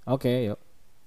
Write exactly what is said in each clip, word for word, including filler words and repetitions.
Oke, yuk.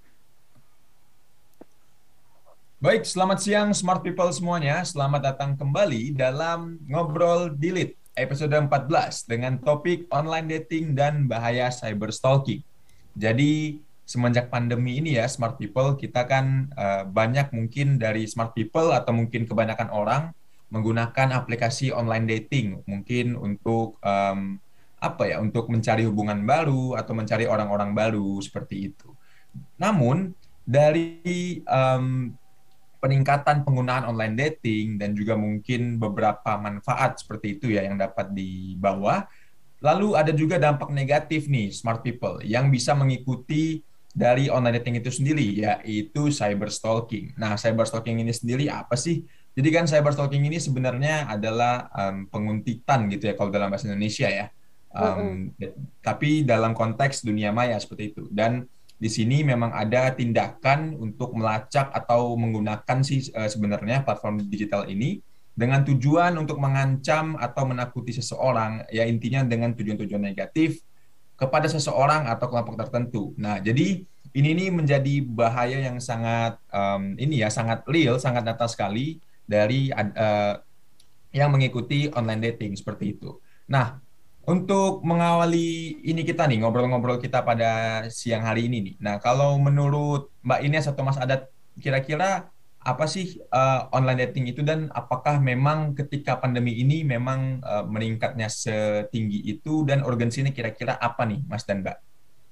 Baik, selamat siang Smart People semuanya. Selamat datang kembali dalam Ngobrol Delete episode empat belas dengan topik online dating dan bahaya cyber stalking. Jadi, semenjak pandemi ini ya Smart People, kita kan eh, banyak mungkin dari Smart People atau mungkin kebanyakan orang menggunakan aplikasi online dating, mungkin untuk em, apa ya, untuk mencari hubungan baru atau mencari orang-orang baru seperti itu. Namun, dari em, peningkatan penggunaan online dating dan juga mungkin beberapa manfaat seperti itu ya yang dapat dibawa. Lalu ada juga dampak negatif nih smart people yang bisa mengikuti dari online dating itu sendiri yaitu cyber stalking. Nah, cyber stalking ini sendiri apa sih? Jadi kan cyber stalking ini sebenarnya adalah um, penguntitan gitu ya kalau dalam bahasa Indonesia ya. Mm-mm. Um, tapi dalam konteks dunia maya seperti itu. Dan di sini memang ada tindakan untuk melacak atau menggunakan sih eh, sebenarnya platform digital ini dengan tujuan untuk mengancam atau menakuti seseorang, ya intinya dengan tujuan-tujuan negatif kepada seseorang atau kelompok tertentu. Nah, jadi ini nih menjadi bahaya yang sangat um, ini ya sangat real, sangat nyata sekali dari uh, yang mengikuti online dating seperti itu. Nah, untuk mengawali ini kita nih ngobrol-ngobrol kita pada siang hari ini nih. Nah, kalau menurut Mbak Ines atau Mas Adat, kira-kira apa sih uh, online dating itu dan apakah memang ketika pandemi ini memang uh, meningkatnya setinggi itu dan urgensinya kira-kira apa nih, Mas dan Mbak?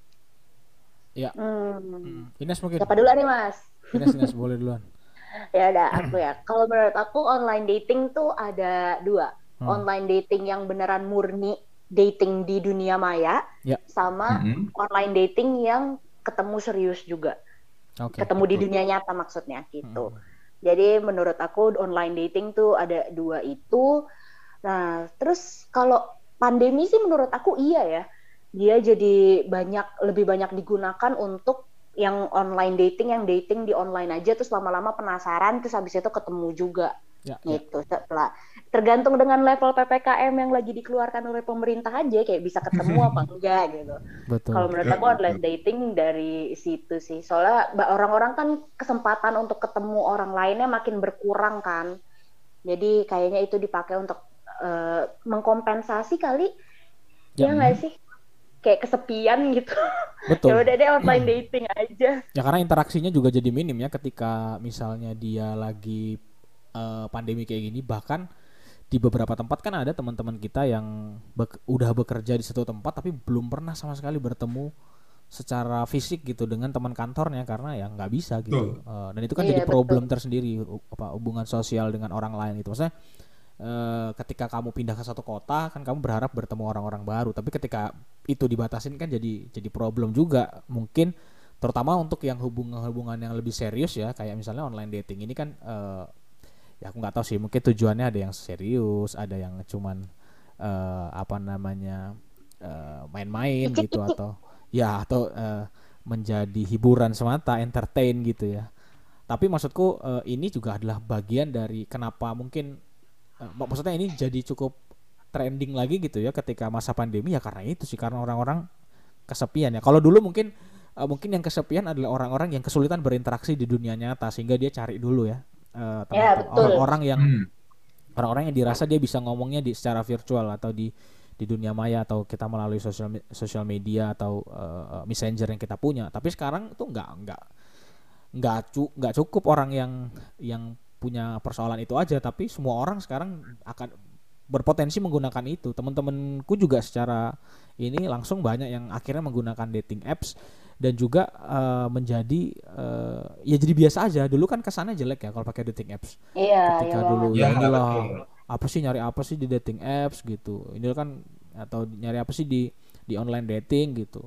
Ya. Hmm. Hmm. Ines mungkin. Siapa dulu nih Mas? Ines, Ines boleh duluan. Ya udah aku ya. Kalau menurut aku online dating tuh ada dua. Hmm. Online dating yang beneran murni dating di dunia maya, Ya. sama Mm-mm. online dating yang ketemu serius juga. Oke. Ketemu di Betul. dunia nyata maksudnya gitu. Hmm. Jadi menurut aku online dating tuh ada dua itu. Nah, terus kalau pandemi sih menurut aku iya ya. Dia jadi banyak lebih banyak digunakan untuk yang online dating, yang dating di online aja terus lama-lama penasaran terus habis itu ketemu juga. Ya, ya. Gitu. Setelah tergantung dengan level P P K M yang lagi dikeluarkan oleh pemerintah aja kayak bisa ketemu apa enggak gitu. Betul. Kalau menurut aku online dating dari situ sih. Soalnya orang-orang kan kesempatan untuk ketemu orang lainnya makin berkurang kan. Jadi kayaknya itu dipakai untuk uh, mengkompensasi kali. Ya. Ya nggak sih? Kayak kesepian gitu. Betul. Ya udah deh online dating aja. Ya karena interaksinya juga jadi minim ya ketika misalnya dia lagi uh, pandemi kayak gini. Bahkan di beberapa tempat kan ada teman-teman kita yang be- udah bekerja di satu tempat tapi belum pernah sama sekali bertemu secara fisik gitu dengan teman kantornya karena ya nggak bisa gitu. Betul. Uh, dan itu kan jadi Iya betul. problem tersendiri hu- apa hubungan sosial dengan orang lain gitu. Maksudnya uh, ketika kamu pindah ke satu kota kan kamu berharap bertemu orang-orang baru tapi ketika itu dibatasin kan jadi jadi problem juga mungkin terutama untuk yang hubungan-hubungan yang lebih serius ya kayak misalnya online dating ini kan uh, ya aku nggak tahu sih mungkin tujuannya ada yang serius ada yang cuman uh, apa namanya uh, main-main gitu Cicik-cicik. atau ya atau uh, menjadi hiburan semata entertain gitu ya tapi maksudku uh, ini juga adalah bagian dari kenapa mungkin uh, maksudnya ini jadi cukup trending lagi gitu ya ketika masa pandemi ya karena itu sih karena orang-orang kesepian ya kalau dulu mungkin uh, mungkin yang kesepian adalah orang-orang yang kesulitan berinteraksi di dunia nyata sehingga dia cari dulu ya uh, Ya teman-teman betul. orang-orang yang Hmm. orang-orang yang dirasa dia bisa ngomongnya di secara virtual atau di di dunia maya atau kita melalui sosial sosial media atau uh, messenger yang kita punya tapi sekarang tuh nggak nggak nggak cu nggak cukup orang yang yang punya persoalan itu aja tapi semua orang sekarang akan berpotensi menggunakan itu teman-temanku juga secara ini langsung banyak yang akhirnya menggunakan dating apps dan juga uh, menjadi uh, ya jadi biasa aja dulu kan kesannya jelek ya kalau pakai dating apps Iya, iya ketika banget. dulu Ya, ya inilah betul. apa sih nyari apa sih di dating apps gitu ini kan atau nyari apa sih di di online dating gitu.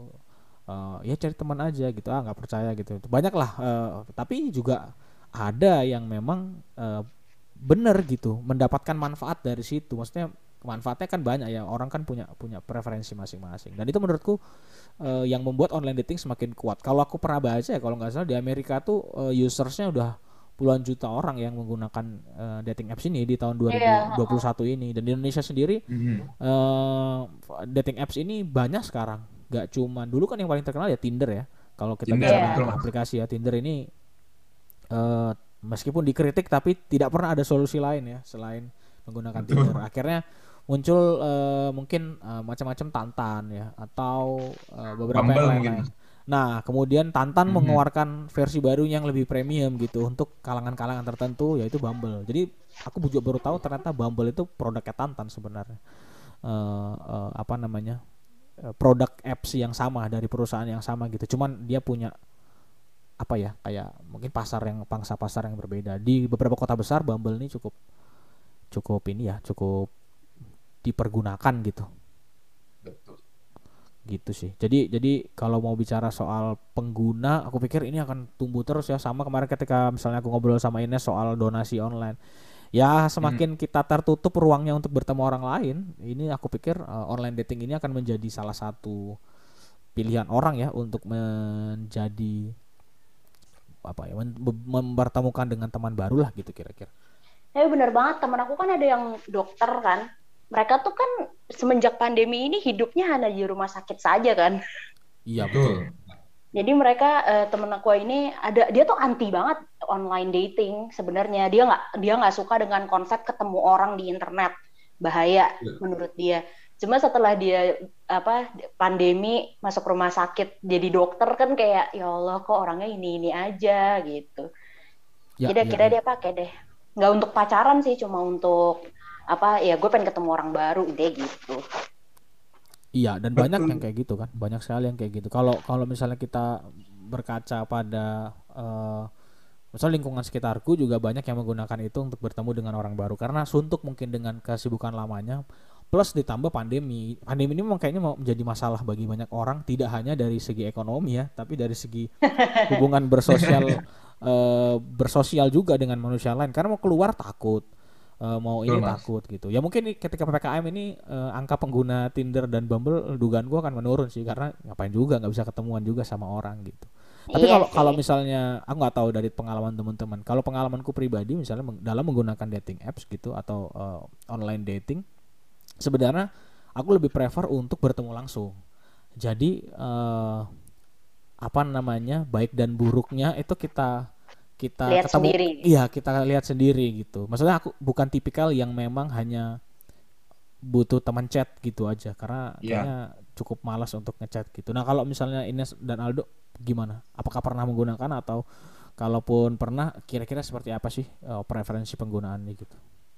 Uh, ya cari teman aja gitu ah nggak percaya gitu banyak lah uh, tapi juga ada yang memang uh, bener gitu mendapatkan manfaat dari situ maksudnya manfaatnya kan banyak ya orang kan punya punya preferensi masing-masing dan itu menurutku uh, yang membuat online dating semakin kuat kalau aku pernah baca ya kalau nggak salah di Amerika tuh uh, usersnya udah puluhan juta orang yang menggunakan uh, dating apps ini di tahun Iya. dua ribu dua puluh satu ini dan di Indonesia sendiri Mhm. uh, dating apps ini banyak sekarang. Gak cuman dulu kan yang paling terkenal ya Tinder ya. Kalau kita Tinder, bicara betul, Mas. aplikasi ya, Tinder ini uh, meskipun dikritik tapi tidak pernah ada solusi lain ya selain menggunakan Betul. Tinder. Akhirnya muncul uh, mungkin uh, macam-macam Tantan ya atau uh, beberapa Bumble yang mungkin. lain-lain. Nah, kemudian Tantan Mhm. mengeluarkan versi baru yang lebih premium gitu untuk kalangan-kalangan tertentu, yaitu Bumble. Jadi aku juga baru tahu ternyata Bumble itu produknya Tantan sebenarnya. Uh, uh, apa namanya? Uh, produk apps yang sama dari perusahaan yang sama gitu. Cuman dia punya apa ya? Kayak mungkin pasar yang pangsa pasar yang berbeda. Di beberapa kota besar Bumble ini cukup cukup ini ya, cukup dipergunakan gitu. Betul. Gitu sih. Jadi jadi kalau mau bicara soal pengguna, aku pikir ini akan tumbuh terus ya. Sama kemarin ketika misalnya aku ngobrol sama Ines soal donasi online. Ya semakin hmm. kita tertutup ruangnya untuk bertemu orang lain, ini aku pikir uh, online dating ini akan menjadi salah satu pilihan orang ya untuk menjadi apa ya, mem- mempertemukan dengan teman baru lah gitu kira-kira. Ya benar banget, teman aku kan ada yang dokter kan. Mereka tuh kan semenjak pandemi ini hidupnya hanya di rumah sakit saja kan. Iya betul. Jadi mereka eh, temen aku ini ada dia tuh anti banget online dating sebenarnya. Dia nggak dia nggak suka dengan konsep ketemu orang di internet, bahaya menurut dia. Cuma setelah dia apa pandemi masuk rumah sakit jadi dokter kan kayak ya Allah kok orangnya ini ini aja gitu. Ya, Jadi ya, akhirnya ya. dia pakai deh. Nggak untuk pacaran sih, cuma untuk apa ya gue pengen ketemu orang baru deh gitu. Iya, dan banyak yang kayak gitu kan, banyak sekali yang kayak gitu. Kalau kalau misalnya kita berkaca pada uh, misal lingkungan sekitarku juga banyak yang menggunakan itu untuk bertemu dengan orang baru karena suntuk mungkin dengan kesibukan lamanya, plus ditambah pandemi. Pandemi ini memang kayaknya mau menjadi masalah bagi banyak orang, tidak hanya dari segi ekonomi ya, tapi dari segi hubungan bersosial uh, bersosial juga dengan manusia lain. Karena mau keluar takut. Uh, mau Betul, ini Mas. takut gitu. Ya mungkin ketika P P K M ini uh, angka pengguna Tinder dan Bumble dugaan gue akan menurun sih karena ngapain juga nggak bisa ketemuan juga sama orang gitu. Tapi Iya kalau sih. kalau misalnya aku nggak tahu dari pengalaman teman-teman. Kalau pengalamanku pribadi misalnya meng- dalam menggunakan dating apps gitu atau uh, online dating, sebenarnya aku lebih prefer untuk bertemu langsung. Jadi uh, apa namanya baik dan buruknya itu kita kita Lihat ketemu, sendiri. iya kita lihat sendiri gitu. Maksudnya aku bukan tipikal yang memang hanya butuh teman chat gitu aja karena Iya. kayaknya cukup malas untuk ngechat gitu. Nah kalau misalnya Ines dan Aldo gimana? Apakah pernah menggunakan atau kalaupun pernah kira-kira seperti apa sih uh, preferensi penggunaannya gitu?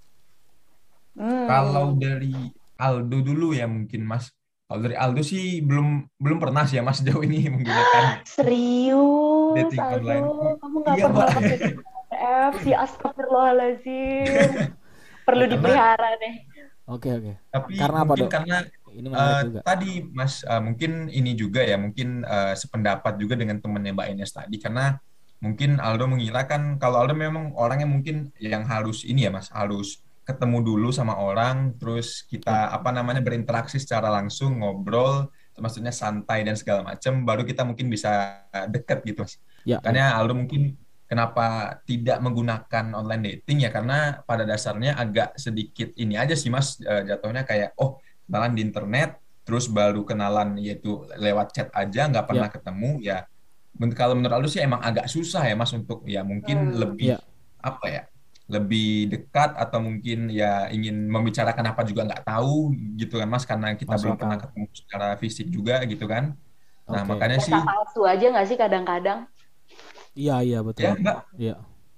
Hmm. Kalau dari Aldo dulu ya mungkin Mas. Kalau dari Aldo sih belum belum pernah sih ya Mas jauh ini menggunakan Serius, dating Aldo, online. kamu nggak Iya, pernah Mbak. pakai apps? Ya astagfirullahaladzim. Perlu Ya, karena dipelihara deh. Oke oke. tapi Karena apa mungkin Dok? karena Ini menarik eh, juga. tadi Mas eh, mungkin ini juga ya mungkin eh, sependapat juga dengan temannya Mbak Ines tadi karena mungkin Aldo mengira kan kalau Aldo memang orangnya mungkin yang harus ini ya Mas harus ketemu dulu sama orang terus Ya. kita apa namanya berinteraksi secara langsung ngobrol maksudnya santai dan segala macam baru kita mungkin bisa dekat gitu Mas. Ya, ya. Makanya Aldo mungkin kenapa tidak menggunakan online dating ya karena pada dasarnya agak sedikit ini aja sih Mas eh, jatuhnya kayak oh kenalan di internet terus baru kenalan yaitu lewat chat aja nggak pernah Ya. ketemu ya Men- kalau menurut Aldo sih emang agak susah ya Mas untuk ya mungkin Hmm. lebih Ya. apa ya lebih dekat atau mungkin ya ingin membicarakan apa juga nggak tahu gitu kan Mas karena kita Masuk belum pernah akal. ketemu secara fisik juga gitu kan. Nah Oke. makanya Berasa sih palsu aja nggak sih kadang-kadang? Iya iya betul. ya Mbak. Iya.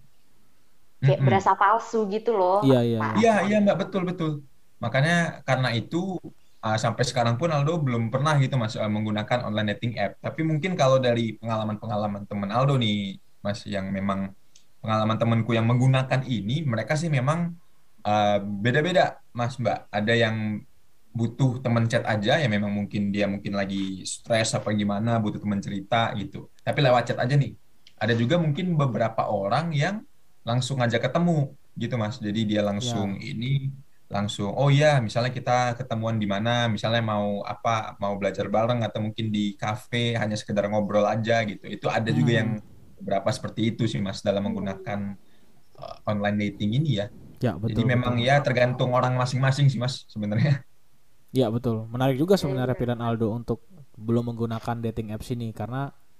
Kayak Mm-mm. berasa palsu gitu loh. Iya iya Pak. iya. Iya, iya Mbak, betul betul. Makanya karena itu uh, sampai sekarang pun Aldo belum pernah gitu Mas uh, menggunakan online dating app. Tapi mungkin kalau dari pengalaman-pengalaman teman Aldo nih Mas yang memang pengalaman temanku yang menggunakan ini, mereka sih memang uh, beda-beda Mas Mbak. Ada yang butuh teman chat aja ya memang mungkin dia mungkin lagi stres apa gimana, butuh teman cerita gitu. Tapi lewat chat aja nih. Ada juga mungkin beberapa orang yang langsung ngajak ketemu gitu Mas. Jadi dia langsung Ya. ini langsung oh ya misalnya kita ketemuan di mana misalnya mau apa mau belajar bareng atau mungkin di kafe hanya sekedar ngobrol aja gitu. Itu ada juga yang Hmm. beberapa seperti itu sih Mas dalam menggunakan uh, online dating ini ya. Ya Jadi betul memang betul. ya tergantung orang masing-masing sih Mas sebenarnya. Ya betul. Menarik juga sebenarnya Hmm. pilihan Aldo untuk belum menggunakan dating apps ini karena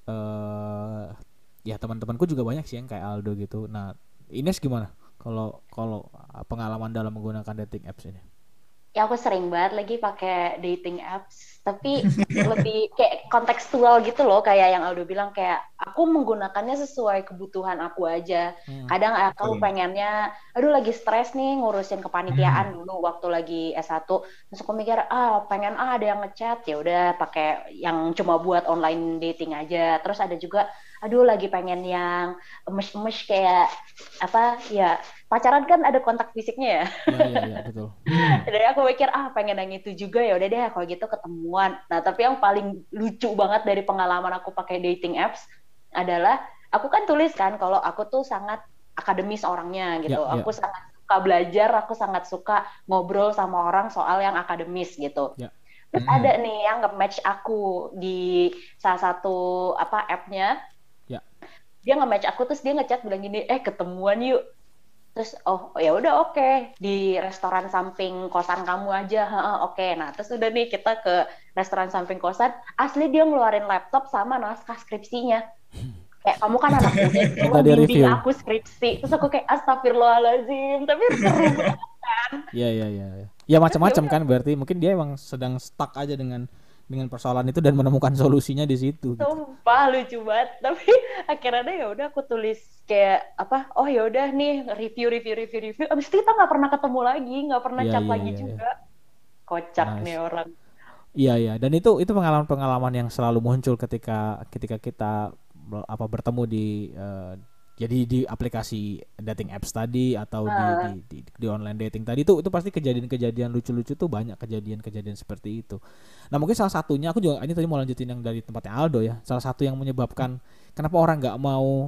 uh, ya teman-temanku juga banyak sih yang kayak Aldo gitu. Nah, Ines gimana kalau kalau pengalaman dalam menggunakan dating apps ini? Ya aku sering banget lagi pakai dating apps, tapi lebih kayak kontekstual gitu loh, kayak yang Aldo bilang, kayak aku menggunakannya sesuai kebutuhan aku aja. Hmm. Kadang aku pengennya, aduh lagi stres nih ngurusin kepanitiaan hmm. dulu waktu lagi S satu, terus aku mikir, ah pengen ah ada yang ngechat, ya udah pakai yang cuma buat online dating aja. Terus ada juga, aduh lagi pengen yang emes-emes kayak apa ya, pacaran kan ada kontak fisiknya ya. Iya iya ya, betul. Jadi aku mikir ah pengen yang itu juga, ya udah deh kalau gitu ketemuan. Nah, tapi yang paling lucu banget dari pengalaman aku pakai dating apps adalah aku kan tulis kan kalau aku tuh sangat akademis orangnya gitu. Ya, aku ya. sangat suka belajar, aku sangat suka ngobrol sama orang soal yang akademis gitu. Ya. Terus hmm. ada nih yang nge-match aku di salah satu apa app-nya. Ya. Dia nge-match aku, terus dia ngechat bilang gini, eh ketemuan yuk. Terus oh ya udah oke okay. Di restoran samping kosan kamu aja, oke okay. Nah terus udah nih kita ke restoran samping kosan, asli dia ngeluarin laptop sama naskah skripsinya. Kayak kamu kan anak muda, cuma bimbing aku skripsi. Terus aku kayak astagfirullahaladzim, tapi seru banget kan. Iya iya iya. Ya macam-macam kan, berarti mungkin dia emang sedang stuck aja dengan dengan persoalan itu dan menemukan solusinya di situ. Sumpah gitu. Lucu banget. Tapi akhirnya ya udah aku tulis kayak apa? Oh ya udah nih review review review review. Abis itu kita nggak pernah ketemu lagi, nggak pernah yeah, chat yeah, lagi yeah, juga. Yeah. Kocak nice. Nih orang. Iya iya. Dan itu itu pengalaman-pengalaman yang selalu muncul ketika ketika kita apa bertemu di uh, jadi di aplikasi dating apps tadi atau uh. di, di, di di online dating tadi itu itu pasti kejadian-kejadian lucu-lucu tuh, banyak kejadian-kejadian seperti itu. Nah mungkin salah satunya aku juga ini tadi mau lanjutin yang dari tempatnya Aldo ya. Salah satu yang menyebabkan kenapa orang nggak mau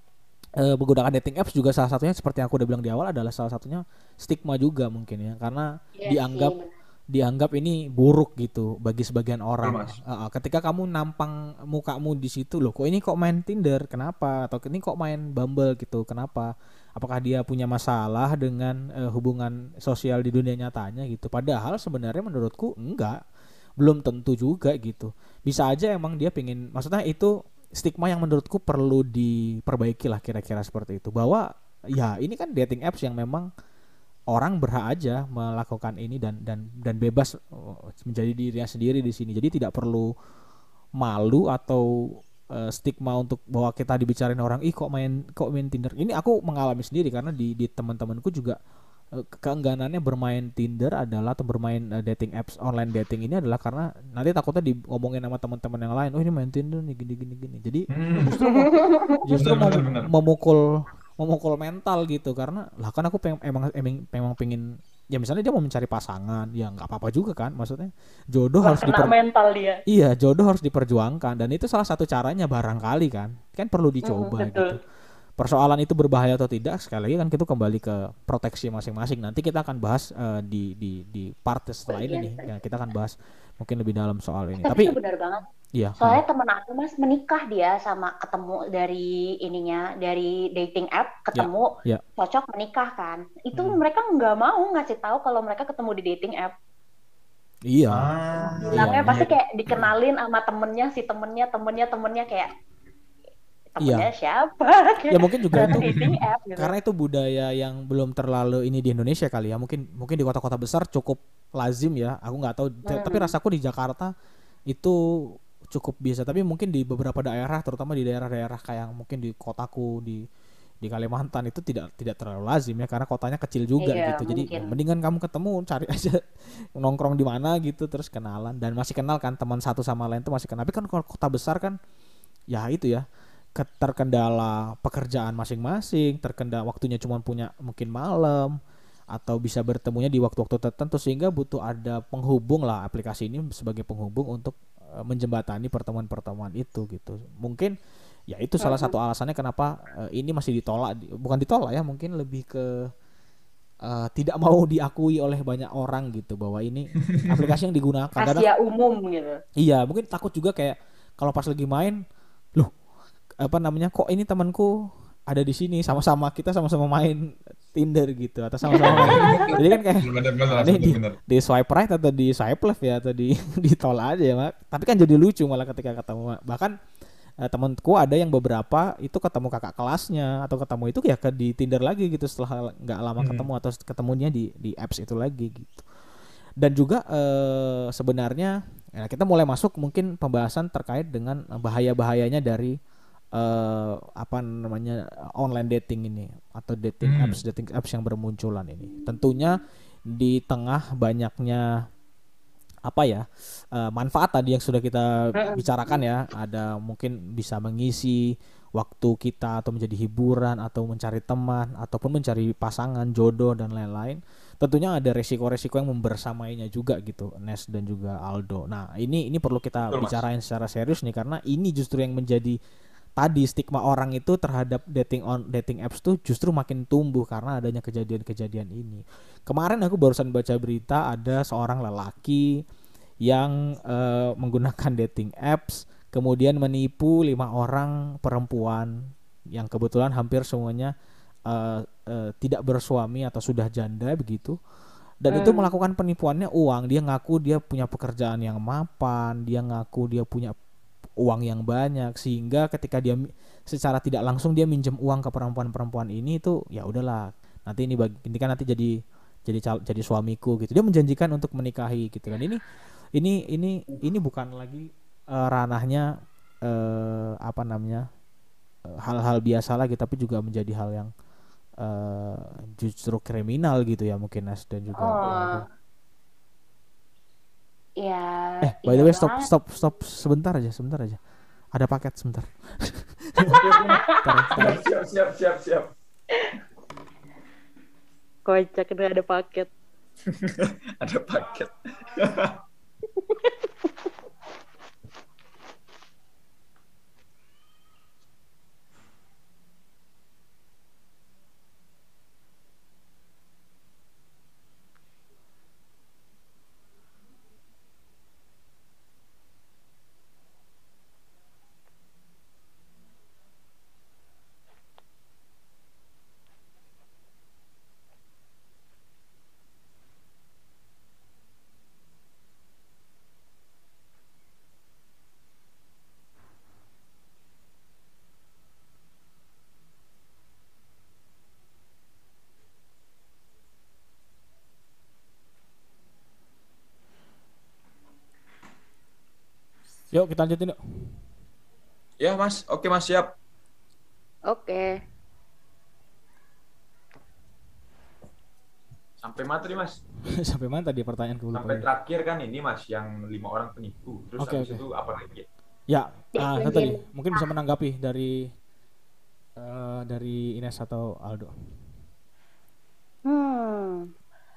uh, menggunakan dating apps juga salah satunya seperti yang aku udah bilang di awal adalah salah satunya stigma juga mungkin ya, karena yes, dianggap iya. dianggap ini buruk gitu bagi sebagian orang. Uh, ketika kamu nampang mukamu di situ, loh kok ini kok main Tinder, kenapa? Atau ini kok main Bumble gitu, kenapa? Apakah dia punya masalah dengan uh, hubungan sosial di dunia nyatanya gitu? Padahal sebenarnya menurutku enggak, belum tentu juga gitu. Bisa aja emang dia pingin, maksudnya itu stigma yang menurutku perlu diperbaiki lah kira-kira seperti itu. Bahwa ya ini kan dating apps yang memang orang berhak aja melakukan ini dan dan dan bebas menjadi dirinya sendiri di sini. Jadi tidak perlu malu atau uh, stigma untuk bahwa kita dibicarain orang, ih kok main kok main Tinder. Ini aku mengalami sendiri karena di di teman-temanku juga uh, keengganannya bermain Tinder adalah atau bermain uh, dating apps online dating ini adalah karena nanti takutnya diomongin sama teman-teman yang lain, oh ini main Tinder nih gini gini gini. Jadi hmm. justru justru benar, benar, benar. memukul memukul mental gitu, karena lah kan aku pengen, emang emang memang pengen ya misalnya dia mau mencari pasangan ya nggak apa-apa juga kan, maksudnya jodoh Wah, harus diper mental dia. Iya, jodoh harus diperjuangkan dan itu salah satu caranya barangkali kan kan perlu dicoba hmm, gitu. Persoalan itu berbahaya atau tidak sekali lagi kan kita kembali ke proteksi masing-masing. Nanti kita akan bahas uh, di di di part setelah ini nih ya, kita akan bahas mungkin lebih dalam soal ini. Tapi, Tapi itu benar banget. Iya. Soalnya hmm. temen aku mas menikah dia sama ketemu dari ininya dari dating app ketemu ya, ya. cocok menikah kan. Itu hmm. mereka nggak mau ngasih tahu kalau mereka ketemu di dating app. Iya. Ah, bilangnya iya, pasti iya. kayak dikenalin sama temennya si temennya temennya temennya kayak temennya iya. siapa? Ya mungkin juga itu app, gitu. Karena itu budaya yang belum terlalu ini di Indonesia kali ya. Mungkin mungkin di kota-kota besar cukup lazim ya. Aku nggak tahu. Hmm. Tapi rasaku di Jakarta itu cukup biasa. Tapi mungkin di beberapa daerah, terutama di daerah-daerah kayak mungkin di kotaku di di Kalimantan itu tidak tidak terlalu lazim ya, karena kotanya kecil juga iya, gitu. Jadi ya, mendingan kamu ketemu cari aja nongkrong di mana gitu terus kenalan dan masih kenal kan teman satu sama lain tuh masih kenal. Tapi kan kalau kota besar kan ya itu ya terkendala pekerjaan masing-masing, terkendala waktunya cuma punya mungkin malam atau bisa bertemunya di waktu-waktu tertentu sehingga butuh ada penghubung lah, aplikasi ini sebagai penghubung untuk uh, menjembatani pertemuan-pertemuan itu gitu. Mungkin ya itu salah satu alasannya kenapa uh, ini masih ditolak, bukan ditolak ya, mungkin lebih ke uh, tidak mau diakui oleh banyak orang gitu bahwa ini aplikasi yang digunakan. Rahasia umum gitu. Iya, mungkin takut juga kayak kalau pas lagi main, loh apa namanya kok ini temanku ada di sini sama-sama kita sama-sama main Tinder gitu atau sama-sama main. Jadi kan kayak bener, bener, ini di, di swipe right atau di swipe left ya atau di ditolak aja ya Mak. Tapi kan jadi lucu malah ketika ketemu. Bahkan eh, temanku ada yang beberapa itu ketemu kakak kelasnya atau ketemu itu ya ke di Tinder lagi gitu setelah nggak lama Hmm. ketemu atau ketemunya di di apps itu lagi gitu. Dan juga eh, sebenarnya ya kita mulai masuk mungkin pembahasan terkait dengan bahaya-bahayanya dari eh, apa namanya online dating ini atau dating Hmm. apps dating apps yang bermunculan ini. Tentunya di tengah banyaknya apa ya eh, manfaat tadi yang sudah kita bicarakan ya, ada mungkin bisa mengisi waktu kita atau menjadi hiburan atau mencari teman ataupun mencari pasangan jodoh dan lain-lain. Tentunya ada resiko-resiko yang membersamainya juga gitu, Nes dan juga Aldo. Nah ini ini perlu kita Betul, Mas. bicarain secara serius nih karena ini justru yang menjadi tadi stigma orang itu terhadap dating on dating apps tuh justru makin tumbuh karena adanya kejadian-kejadian ini. Kemarin aku barusan baca berita ada seorang lelaki yang eh, menggunakan dating apps kemudian menipu lima orang perempuan yang kebetulan hampir semuanya eh, eh, tidak bersuami atau sudah janda begitu. Dan itu Hmm. melakukan penipuannya uang. Dia ngaku dia punya pekerjaan yang mapan, dia ngaku dia punya uang yang banyak sehingga ketika dia mi- secara tidak langsung dia minjem uang ke perempuan-perempuan ini itu ya udahlah nanti ini bagi ini kan nanti jadi jadi cal- jadi suamiku gitu. Dia menjanjikan untuk menikahi gitu kan. Ini ini ini ini bukan lagi eh, ranahnya eh, apa namanya eh, hal-hal biasa lagi tapi juga menjadi hal yang eh, justru kriminal gitu ya mungkin Nas dan juga Aldo. Oh, ya, Eh by iya the way stop banget. stop stop sebentar aja sebentar aja ada paket sebentar. Bentar, bentar. Siap, siap, siap, siap. Kocak, udah ada paket. Ada paket. Yuk kita lanjutin yuk. Ya, Mas. Oke, Mas, siap. Oke. Sampai mana tadi, Mas? Sampai mana tadi pertanyaan gue lupa. Sampai lagi. terakhir kan ini, Mas, yang lima orang penipu. Terus Oke, habis oke. itu apa lagi? Ya, ah, itu tadi Mungkin. mungkin bisa menanggapi dari eh, dari Ines atau Aldo. Hmm.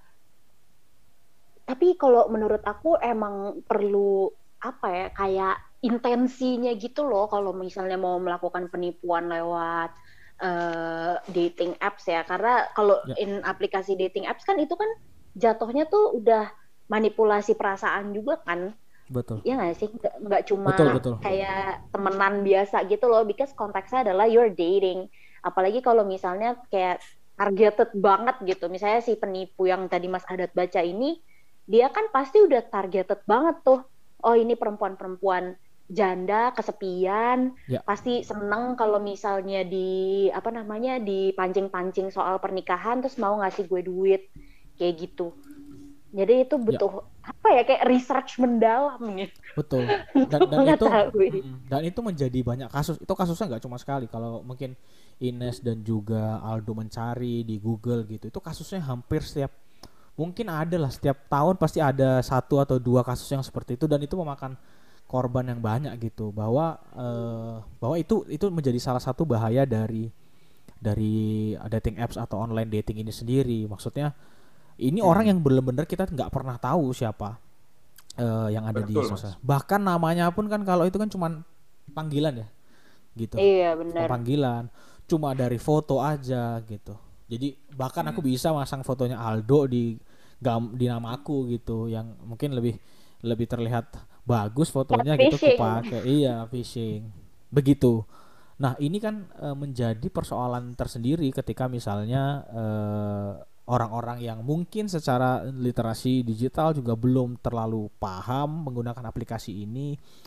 Tapi kalau menurut aku emang perlu apa ya kayak intensinya gitu loh kalau misalnya mau melakukan penipuan lewat eh, dating apps ya karena kalau Ya. in aplikasi dating apps kan itu kan jatuhnya tuh udah manipulasi perasaan juga kan. Betul. Iya nggak sih? Nggak, nggak cuma Betul, betul. kayak temenan biasa gitu loh, because konteksnya adalah you're dating. Apalagi kalau misalnya kayak targeted banget gitu. Misalnya si penipu yang tadi Mas Adat baca ini, dia kan pasti udah targeted banget tuh. Oh ini perempuan-perempuan janda, kesepian, Ya. pasti seneng kalau misalnya di apa namanya dipancing-pancing soal pernikahan, terus mau ngasih gue duit kayak gitu. Jadi itu butuh apa ya kayak research mendalam gitu. Betul. Dan dan itu Mengetahui. mm, dan itu menjadi banyak kasus. Itu kasusnya nggak cuma sekali. Kalau mungkin Ines dan juga Aldo mencari di Google gitu, itu kasusnya hampir setiap mungkin ada lah setiap tahun pasti ada satu atau dua kasus yang seperti itu dan itu memakan korban yang banyak gitu. Bahwa eh, bahwa itu itu menjadi salah satu bahaya dari dari dating apps atau online dating ini sendiri. Maksudnya ini orang yang benar-benar kita nggak pernah tahu siapa eh, yang ada di Betul, sosial. Mas. Bahkan namanya pun kan kalau itu kan cuman panggilan ya, gitu. Iya Cuma benar. panggilan, cuma dari foto aja gitu. Jadi bahkan aku bisa masang fotonya Aldo di gam di nama aku gitu, yang mungkin lebih lebih terlihat bagus fotonya gitu, aku Catfishing. pakai. Iya, phishing. Begitu. Nah, ini kan eh, menjadi persoalan tersendiri ketika misalnya eh, orang-orang yang mungkin secara literasi digital juga belum terlalu paham menggunakan aplikasi ini,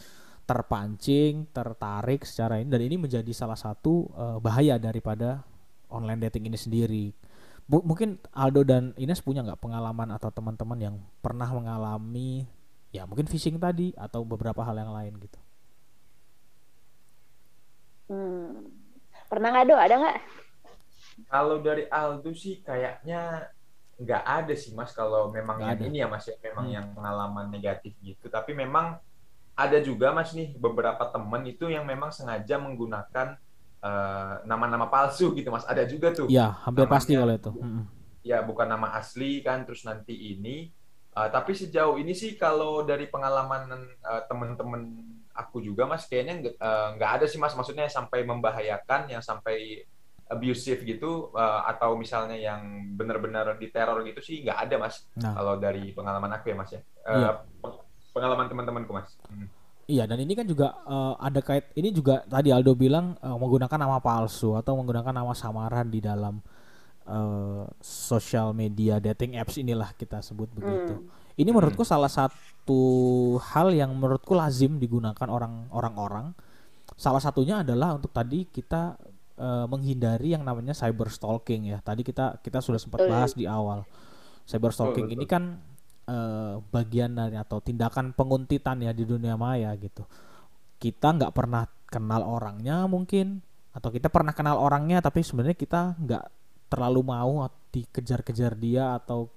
terpancing, tertarik secara ini, dan ini menjadi salah satu uh, bahaya daripada online dating ini sendiri. Bu, mungkin Aldo dan Ines punya nggak pengalaman atau teman-teman yang pernah mengalami ya mungkin phishing tadi atau beberapa hal yang lain gitu? Hmm. Pernah nggak Do? Ada nggak? Kalau dari Aldo sih kayaknya nggak ada sih Mas. Kalau memang Nggak yang ada. ini ya Mas ya, memang Hmm. yang pengalaman negatif gitu. Tapi memang ada juga Mas nih beberapa temen itu yang memang sengaja menggunakan uh, nama-nama palsu gitu Mas. Ada juga tuh. Ya, hampir pasti Namanya kalau itu. Hmm. ya bukan nama asli kan, terus nanti ini. Uh, tapi sejauh ini sih kalau dari pengalaman uh, temen-temen aku juga Mas, kayaknya nggak uh, nggak ada sih Mas. Maksudnya sampai membahayakan, yang sampai abusive gitu, uh, atau misalnya yang benar-benar diteror gitu sih nggak ada Mas. Nah, Kalau dari pengalaman aku ya Mas ya. iya. Uh, pengalaman teman-temanku Mas. Hmm. Iya, dan ini kan juga uh, ada kait ini juga tadi Aldo bilang uh, menggunakan nama palsu atau menggunakan nama samaran di dalam uh, social media dating apps inilah kita sebut begitu. Hmm. Ini Hmm. menurutku salah satu hal yang menurutku lazim digunakan orang orang-orang. Salah satunya adalah untuk tadi kita uh, menghindari yang namanya cyber stalking ya. Tadi kita kita sudah sempat Betul. bahas di awal. Cyber stalking Betul, ini betul. kan uh, bagian dari atau tindakan penguntitan ya di dunia maya gitu. Kita nggak pernah kenal orangnya mungkin, atau kita pernah kenal orangnya tapi sebenarnya kita nggak terlalu mau dikejar-kejar dia atau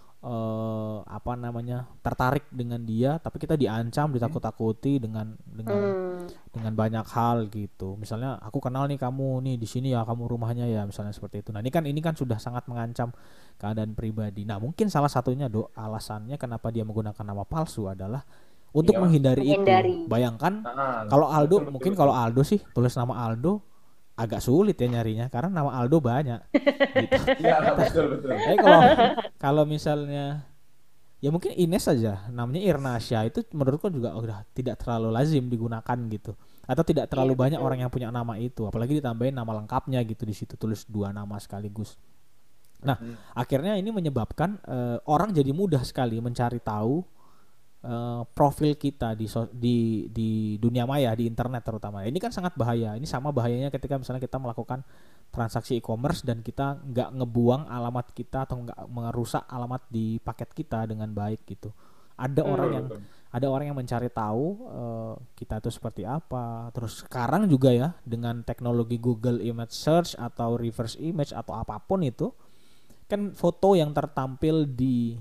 uh, apa namanya tertarik dengan dia, tapi kita diancam, ditakut-takuti dengan dengan Hmm. dengan banyak hal gitu. Misalnya aku kenal nih kamu nih di sini ya, kamu rumahnya ya, misalnya seperti itu. Nah, ini kan ini kan sudah sangat mengancam keadaan pribadi. Nah, mungkin salah satunya do alasannya kenapa dia menggunakan nama palsu adalah untuk Iya, Mas. menghindari, Menghindari. itu. Bayangkan Ah, kalau Aldo, betul, betul, mungkin betul. kalau Aldo sih tulis nama Aldo agak sulit ya nyarinya karena nama Aldo banyak gitu. Iya, betul, betul. Tapi kalau kalau misalnya ya mungkin Ines saja namanya Irnasya, itu menurutku juga udah tidak terlalu lazim digunakan gitu, atau tidak terlalu Iya, banyak betul. orang yang punya nama itu, apalagi ditambahin nama lengkapnya gitu, di situ tulis dua nama sekaligus. Nah, Hmm. akhirnya ini menyebabkan eh, orang jadi mudah sekali mencari tahu eh, profil kita di, so- di di dunia maya, di internet terutama. Ini kan sangat bahaya. Ini sama bahayanya ketika misalnya kita melakukan transaksi e-commerce dan kita nggak ngebuang alamat kita atau nggak merusak alamat di paket kita dengan baik gitu. Ada Hmm. orang Betul, yang betul. ada orang yang mencari tahu eh, kita itu seperti apa. Terus sekarang juga ya dengan teknologi Google Image Search atau reverse image atau apapun itu, kan foto yang tertampil di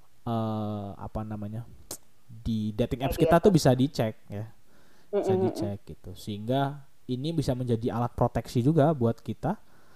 eh, apa namanya di dating apps kita tuh bisa dicek ya, bisa Mm-mm. dicek gitu, sehingga ini bisa menjadi alat proteksi juga buat kita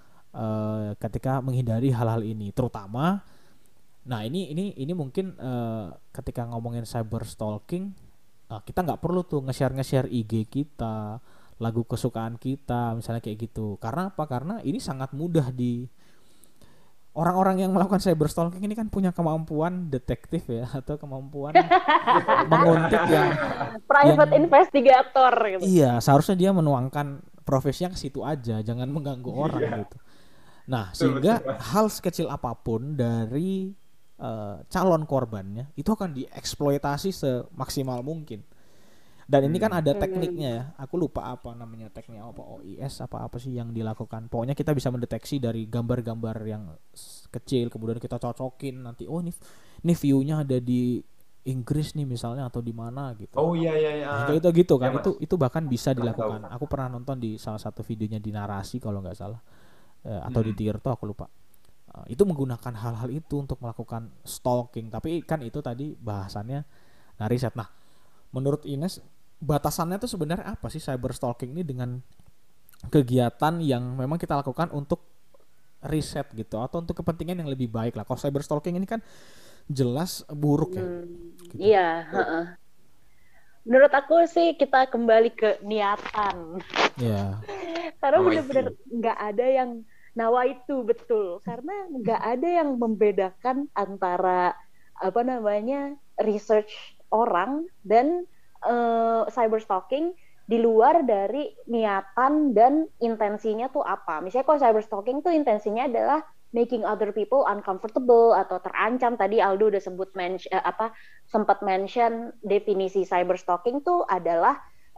eh, ketika menghindari hal-hal ini, terutama. Nah, ini ini ini mungkin eh, ketika ngomongin cyber stalking, eh, kita nggak perlu tuh nge-share nge-share I G kita, lagu kesukaan kita, misalnya kayak gitu. Karena apa? Karena ini sangat mudah di orang-orang yang melakukan cyber stalking ini kan punya kemampuan detektif ya, atau kemampuan menguntit yang Private yang investigator gitu. iya, seharusnya dia menuangkan profesinya ke situ aja, jangan mengganggu orang Iya. gitu. Nah, Betul, sehingga betul, Mas. hal sekecil apapun dari eh, calon korbannya itu akan dieksploitasi semaksimal mungkin. Dan ini kan Hmm. ada Hmm. tekniknya ya. Aku lupa apa namanya tekniknya, apa O I S apa apa sih yang dilakukan. Pokoknya kita bisa mendeteksi dari gambar-gambar yang s- kecil, kemudian kita cocokin nanti, oh ini ini view-nya ada di Inggris nih misalnya atau di mana gitu. Oh iya iya iya. Nah, kayak itu gitu kan, Iya, Mas. itu itu bahkan bisa Pernah dilakukan. tahu. Aku pernah nonton di salah satu videonya di Narasi kalau nggak salah. Eh, atau di Hmm. Tirto aku lupa. Eh, itu menggunakan hal-hal itu untuk melakukan stalking. Tapi kan itu tadi bahasannya nah riset. Nah, menurut Ines batasannya tuh sebenarnya apa sih cyber stalking ini dengan kegiatan yang memang kita lakukan untuk riset gitu atau untuk kepentingan yang lebih baik lah. Kalau cyber stalking ini kan jelas buruk ya. Hmm, Gitu. iya, heeh. Menurut aku sih kita kembali ke niatan. Ya. Karena Nawa benar-benar itu. nggak ada yang nawa itu betul. Karena nggak ada yang membedakan antara apa namanya research orang dan uh, cyber stalking di luar dari niatan dan intensinya tuh apa. Misalnya kalau cyber stalking tuh intensinya adalah making other people uncomfortable atau terancam. Tadi Aldo udah sebut mention, apa sempat mention definisi cyber stalking tuh adalah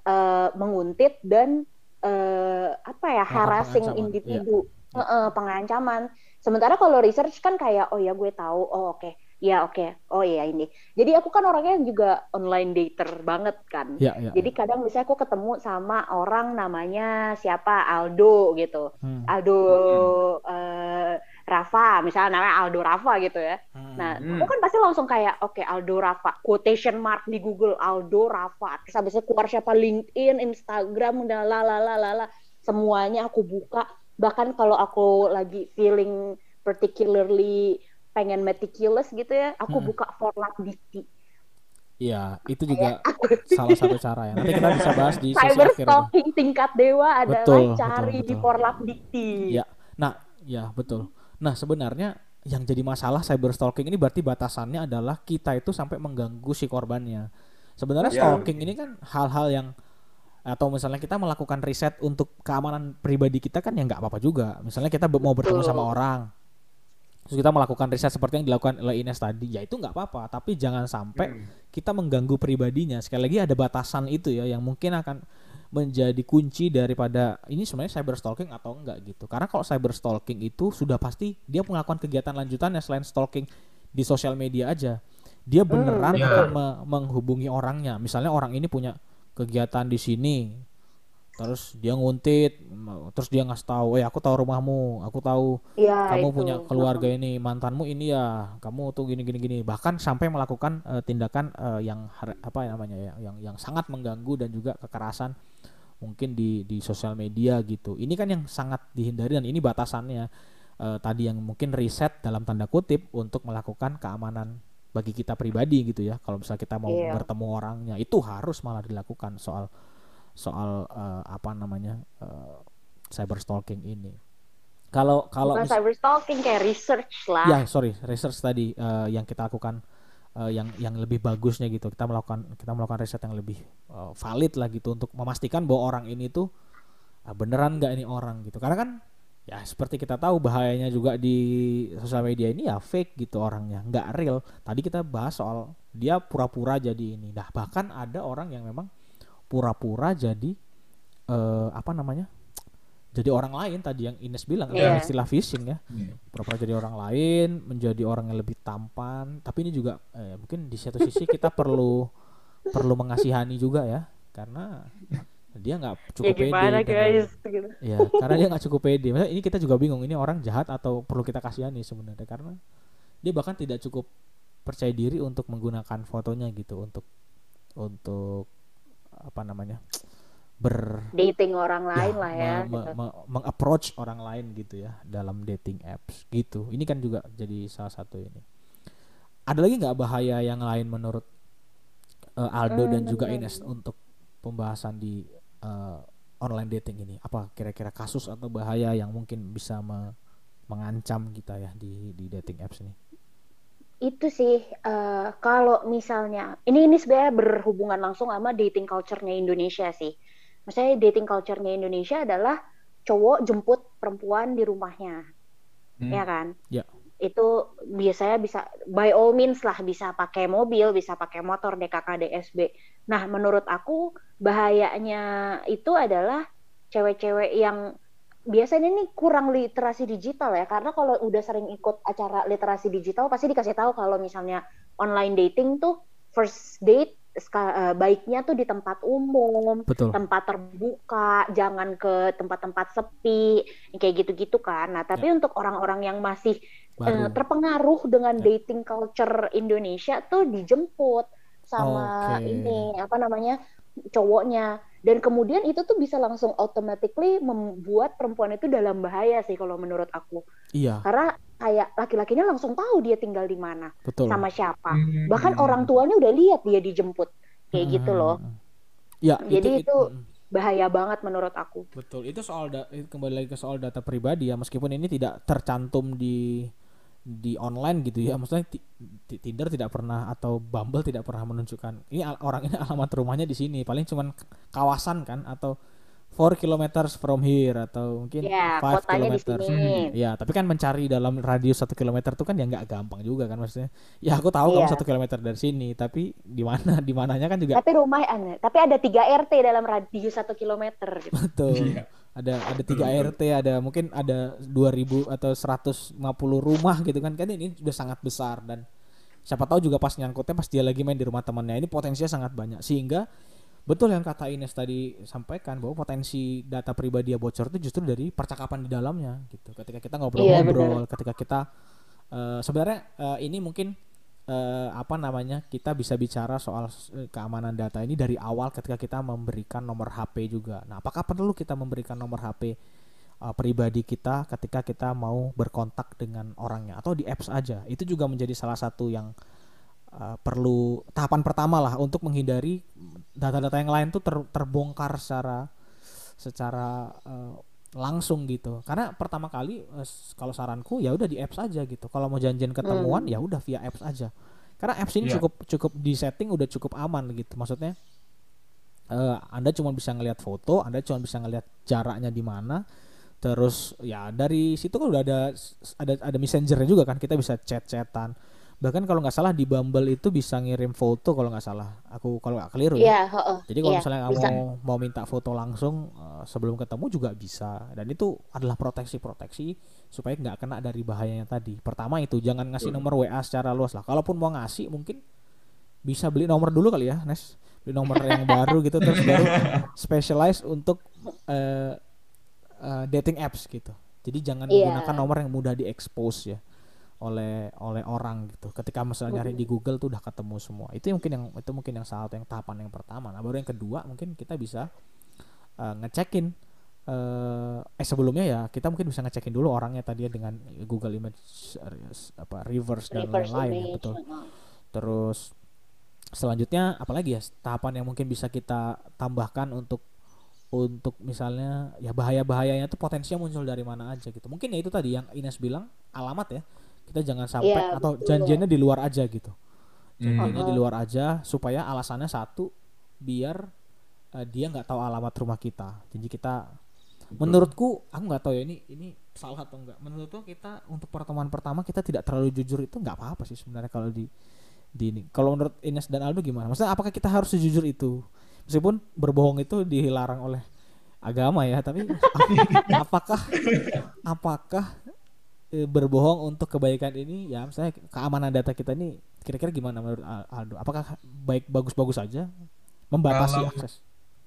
uh, menguntit dan uh, apa ya harassing individu, ya. uh, pengancaman. Sementara kalau research kan kayak oh ya gue tahu, oh oke, okay. ya oke, okay. oh iya ini. Jadi aku kan orangnya juga online dater banget kan. Ya, ya, Jadi ya. kadang misalnya aku ketemu sama orang namanya siapa Aldo gitu, hmm. Aldo hmm. uh, Rafa, misalnya namanya Aldo Rafa gitu ya. Hmm. Nah, aku kan pasti langsung kayak oke okay, Aldo Rafa, quotation mark di Google Aldo Rafa. Terus habis itu keluar siapa LinkedIn, Instagram, dan lalalala, semuanya aku buka. Bahkan kalau aku lagi feeling particularly pengen meticulous gitu ya, aku hmm. buka Forlap Dikti. Iya, itu juga salah satu cara ya. Nanti kita bisa bahas di sesi cyber akhir. Cyber stalking tingkat dewa adalah betul, cari betul, betul. di Forlap Dikti. Ya, nah, ya betul. Nah sebenarnya yang jadi masalah cyber stalking ini berarti batasannya adalah kita itu sampai mengganggu si korbannya. Sebenarnya stalking ini kan hal-hal yang atau misalnya kita melakukan riset untuk keamanan pribadi kita kan ya nggak apa-apa juga. Misalnya kita mau bertemu sama orang, terus kita melakukan riset seperti yang dilakukan oleh Ines tadi, ya itu nggak apa-apa. Tapi jangan sampai hmm. kita mengganggu pribadinya. Sekali lagi ada batasan itu ya, yang mungkin akan menjadi kunci daripada ini sebenarnya cyber stalking atau enggak gitu. Karena kalau cyber stalking itu sudah pasti dia melakukan kegiatan lanjutannya selain stalking di sosial media aja. Dia beneran hmm, yeah. akan me- menghubungi orangnya. Misalnya orang ini punya kegiatan di sini, terus dia nguntit, terus dia ngasih tahu, eh aku tahu rumahmu, aku tahu ya, kamu itu. punya keluarga ini, mantanmu ini ya, kamu tuh gini gini gini, bahkan sampai melakukan uh, tindakan uh, yang apa namanya ya, yang yang sangat mengganggu dan juga kekerasan mungkin di di sosial media gitu. Ini kan yang sangat dihindari dan ini batasannya uh, tadi yang mungkin riset dalam tanda kutip untuk melakukan keamanan bagi kita pribadi gitu ya. Kalau misalnya kita mau yeah. bertemu orangnya, itu harus malah dilakukan soal soal uh, apa namanya uh, cyber stalking ini. Kalau kalau mis- cyber stalking kayak research lah. Ya sorry research tadi uh, yang kita lakukan uh, yang yang lebih bagusnya gitu. Kita melakukan kita melakukan riset yang lebih uh, valid lah gitu untuk memastikan bahwa orang ini tuh uh, beneran nggak ini orang gitu. Karena kan ya seperti kita tahu bahayanya juga di sosial media ini ya fake gitu orangnya, nggak real. Tadi kita bahas soal dia pura-pura jadi ini. Nah bahkan ada orang yang memang pura-pura jadi uh, apa namanya jadi orang lain tadi yang Ines bilang yeah. ada istilah phishing ya yeah. pura-pura jadi orang lain, menjadi orang yang lebih tampan. Tapi ini juga eh, mungkin di satu sisi kita perlu perlu mengasihani juga ya, karena dia nggak cukup ya, gimana, pede guys? Dengan, ya karena dia nggak cukup pede. Maksudnya ini kita juga bingung ini orang jahat atau perlu kita kasihani sebenarnya, karena dia bahkan tidak cukup percaya diri untuk menggunakan fotonya gitu untuk untuk apa namanya ber dating orang lain ya, lah ya me, gitu. me, meng-approach orang lain gitu ya dalam dating apps gitu. Ini kan juga jadi salah satu ini. Ada lagi nggak bahaya yang lain menurut uh, Aldo hmm, dan juga Ines hmm. untuk pembahasan di uh, online dating ini? Apa kira-kira kasus atau bahaya yang mungkin bisa me- mengancam kita ya di di dating apps ini? Itu sih uh, kalau misalnya ini ini sebenarnya berhubungan langsung sama dating culture-nya Indonesia sih. Maksudnya dating culture-nya Indonesia adalah cowok jemput perempuan di rumahnya, hmm. ya kan? Ya. Itu biasanya bisa by all means lah, bisa pakai mobil, bisa pakai motor, D K K D S B. Nah menurut aku bahayanya itu adalah cewek-cewek yang biasanya ini kurang literasi digital ya, karena kalau udah sering ikut acara literasi digital pasti dikasih tahu kalau misalnya online dating tuh first date uh, baiknya tuh di tempat umum, Betul. tempat terbuka, jangan ke tempat-tempat sepi, kayak gitu-gitu kan. Nah tapi ya. Untuk orang-orang yang masih uh, terpengaruh dengan ya. dating culture Indonesia tuh dijemput sama okay. ini apa namanya cowoknya. Dan kemudian itu tuh bisa langsung automatically membuat perempuan itu dalam bahaya sih kalau menurut aku. Iya. Karena kayak laki-lakinya langsung tahu dia tinggal di mana, Betul. sama siapa. Hmm. Bahkan orang tuanya udah lihat dia dijemput. Kayak hmm. gitu loh. Ya, Jadi itu, itu, itu bahaya banget menurut aku. Betul. Itu soal da- kembali lagi ke soal data pribadi ya, meskipun ini tidak tercantum di di online gitu ya, maksudnya t- t- Tinder tidak pernah atau Bumble tidak pernah menunjukkan ini al- orang ini alamat rumahnya di sini, paling cuman kawasan kan atau four kilometers from here atau mungkin Ya, five kotanya di kilometers. sini. Ya, tapi kan mencari dalam radius satu kilometer itu kan ya nggak gampang juga kan maksudnya. Ya aku tahu kamu Iya. satu kilometer dari sini, tapi di mana di mananya kan juga Tapi rumah aneh. Tapi ada tiga R T dalam radius satu kilometer. Gitu. betul. Iya. Ada ada tiga Betul, R T, ada mungkin ada dua ribu atau seratus lima puluh rumah gitu kan. Kan ini sudah sangat besar dan siapa tahu juga pas nyangkutnya pas dia lagi main di rumah temannya ini potensinya sangat banyak sehingga betul yang kata Ines tadi sampaikan bahwa potensi data pribadi dia bocor itu justru dari percakapan di dalamnya gitu. Ketika kita ngobrol-ngobrol, Iya, ketika kita uh, sebenarnya uh, ini mungkin uh, apa namanya kita bisa bicara soal uh, keamanan data ini dari awal ketika kita memberikan nomor H P juga. Nah, apakah perlu kita memberikan nomor H P uh, pribadi kita ketika kita mau berkontak dengan orangnya atau di apps aja? Itu juga menjadi salah satu yang Uh, perlu tahapan pertama lah untuk menghindari data-data yang lain tuh ter, terbongkar secara secara uh, langsung gitu. Karena pertama kali uh, kalau saranku ya udah di apps aja gitu. Kalau mau janjian ketemuan Hmm. ya udah via apps aja. Karena apps ini Iya. cukup cukup di setting udah cukup aman gitu. Maksudnya uh, Anda cuma bisa ngelihat foto, Anda cuma bisa ngelihat jaraknya di mana. Terus ya dari situ kan udah ada ada ada messengernya juga kan, kita bisa chat-chatan. Bahkan kalau nggak salah di Bumble itu bisa ngirim foto kalau nggak salah. Aku kalau nggak keliru ya. Iya, heeh. Jadi kalau Iya, misalnya kamu bisa. mau minta foto langsung uh, sebelum ketemu juga bisa. Dan itu adalah proteksi-proteksi supaya nggak kena dari bahayanya tadi. Pertama itu jangan ngasih nomor W A secara luas lah. Kalaupun mau ngasih mungkin bisa beli nomor dulu kali ya, Nes. Beli nomor yang baru gitu terus baru specialize untuk uh, uh, dating apps gitu. Jadi jangan Iya. menggunakan nomor yang mudah diekspos ya oleh oleh orang gitu. Ketika misalnya nyari di Google tuh udah ketemu semua. Itu mungkin yang itu mungkin yang salah satu yang tahapan yang pertama. Nah, baru yang kedua mungkin kita bisa uh, ngecekin uh, eh sebelumnya ya kita mungkin bisa ngecekin dulu orangnya tadi ya dengan Google Image uh, apa reverse dan Reverse lain-lain ya, image. betul. heeh. Terus selanjutnya apalagi ya tahapan yang mungkin bisa kita tambahkan untuk untuk misalnya ya bahaya-bahayanya tuh potensinya muncul dari mana aja gitu. Mungkin ya itu tadi yang Ines bilang alamat ya. Kita jangan sampai Iya, atau betul. janjiannya di luar aja gitu. Janjiannya Hmm. di luar aja supaya alasannya satu biar eh, dia nggak tahu alamat rumah kita. Jadi kita menurutku aku nggak tahu ya ini ini salah atau enggak. Menurutku kita untuk pertemuan pertama kita tidak terlalu jujur itu nggak apa-apa sih sebenarnya kalau di di ini. Kalau menurut Ines dan Aldo gimana? Maksudnya apakah kita harus sejujur itu? Meskipun berbohong itu dilarang oleh agama ya, tapi apakah apakah e, berbohong untuk kebaikan ini ya misalnya keamanan data kita ini kira-kira gimana menurut Al- Aldo? Apakah baik bagus-bagus saja membatasi Kalau akses?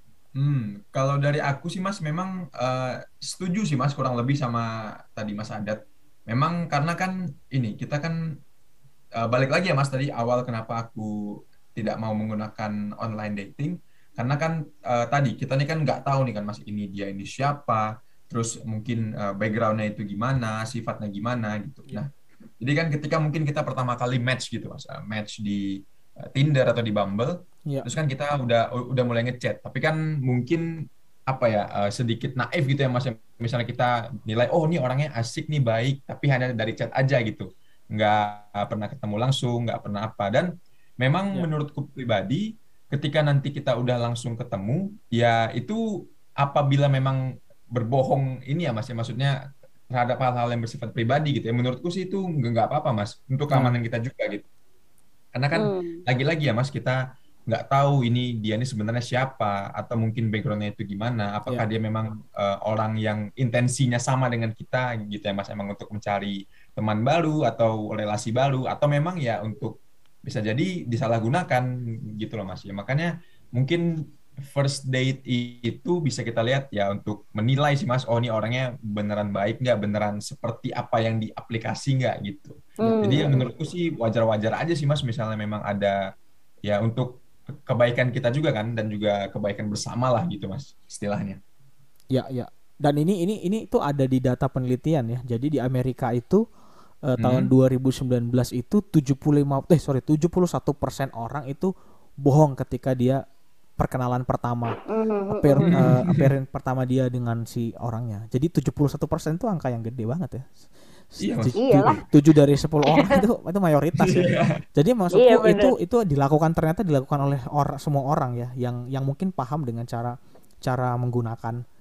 Hmm, kalau dari aku sih Mas memang eh, setuju sih Mas kurang lebih sama tadi Mas Adat. Memang karena kan ini kita kan eh, balik lagi ya Mas tadi awal kenapa aku tidak mau menggunakan online dating karena kan eh, tadi kita nih kan nggak tahu nih kan Mas ini dia ini siapa, terus mungkin eh, backgroundnya itu gimana, sifatnya gimana gitu. Iya. Nah, jadi kan ketika mungkin kita pertama kali match gitu Mas, eh, match di eh, Tinder atau di Bumble. Iya. Terus kan kita udah udah mulai ngechat, tapi kan mungkin apa ya eh, sedikit naif gitu ya Mas. Misalnya kita nilai oh ini orangnya asik nih baik, tapi hanya dari chat aja gitu, nggak pernah ketemu langsung, nggak pernah apa. Dan memang Iya. menurutku pribadi, ketika nanti kita udah langsung ketemu, ya itu apabila memang berbohong ini ya Mas, ya maksudnya terhadap hal-hal yang bersifat pribadi gitu ya. Menurutku sih itu nggak nggak apa-apa Mas, untuk Nah, keamanan kita juga gitu. Karena kan Hmm. lagi-lagi ya Mas, kita nggak tahu ini dia ini sebenarnya siapa atau mungkin backgroundnya itu gimana. Apakah iya. dia memang eh, orang yang intensinya sama dengan kita gitu ya Mas, emang untuk mencari teman baru atau relasi baru atau memang ya untuk bisa jadi disalahgunakan gitu loh Mas. Ya makanya mungkin first date itu bisa kita lihat ya untuk menilai sih Mas, oh ini orangnya beneran baik nggak, beneran seperti apa yang di aplikasi nggak gitu. Jadi ya Hmm. menurutku sih wajar-wajar aja sih Mas, misalnya memang ada ya untuk kebaikan kita juga kan dan juga kebaikan bersama lah gitu Mas istilahnya. Ya, ya. Dan ini ini ini tuh ada di data penelitian ya. Jadi di Amerika itu eh, tahun Hmm. dua ribu sembilan belas itu tujuh puluh lima eh sorry tujuh puluh satu persen orang itu bohong ketika dia perkenalan pertama. Hmm. Appear, Hmm. eh, appearance pertama dia dengan si orangnya. Jadi tujuh puluh satu persen itu angka yang gede banget ya. Iya, Mas. Iyalah. tujuh dari sepuluh orang itu itu mayoritas ya. Iya. Jadi maksudku Iya, itu bener. itu dilakukan ternyata dilakukan oleh or, semua orang ya yang yang mungkin paham dengan cara cara menggunakan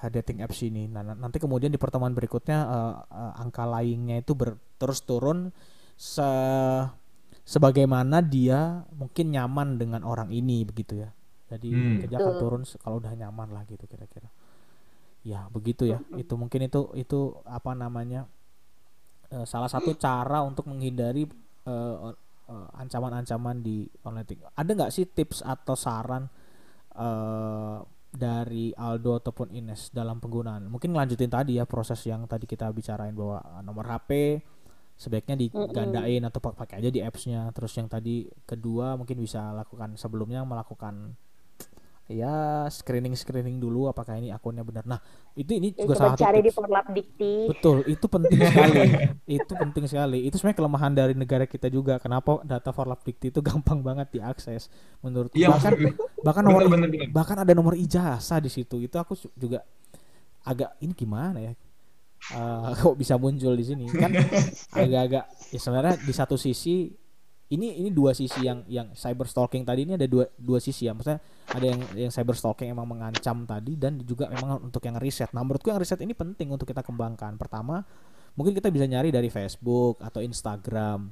dating apps ini. Nah, nanti kemudian di pertemuan berikutnya uh, uh, angka lainnya itu ber, terus turun se sebagaimana dia mungkin nyaman dengan orang ini begitu ya. Jadi Hmm. dia akan turun kalau udah nyaman lah gitu kira-kira. Ya begitu ya. Itu mungkin itu itu apa namanya uh, salah satu cara untuk menghindari uh, uh, ancaman-ancaman di online dating. Ada nggak sih tips atau saran uh, dari Aldo ataupun Ines dalam penggunaan? Mungkin lanjutin tadi ya proses yang tadi kita bicarain bahwa nomor H P sebaiknya digandain atau pakai aja di apps-nya. Terus yang tadi kedua mungkin bisa lakukan sebelumnya melakukan ya screening-screening dulu apakah ini akunnya benar. Nah, itu ini Ya, juga coba salah satu cari di tips. Forlap Dikti. Betul, itu penting sekali. Itu penting sekali. Itu sebenarnya kelemahan dari negara kita juga. Kenapa data Forlap Dikti itu gampang banget diakses menurutku. Iya, bahkan maksudnya- bahkan bener, nomor bener, bener. bahkan ada nomor ijazah di situ. Itu aku su- juga agak ini gimana ya? Eh, kok bisa muncul di sini? Kan agak-agak ya sebenarnya di satu sisi ini ini dua sisi yang yang cyber stalking tadi ini ada dua dua sisi ya. Maksudnya ada yang yang cyber stalking emang mengancam tadi dan juga memang untuk yang riset. Nah, menurutku yang riset ini penting untuk kita kembangkan. Pertama, mungkin kita bisa nyari dari Facebook atau Instagram.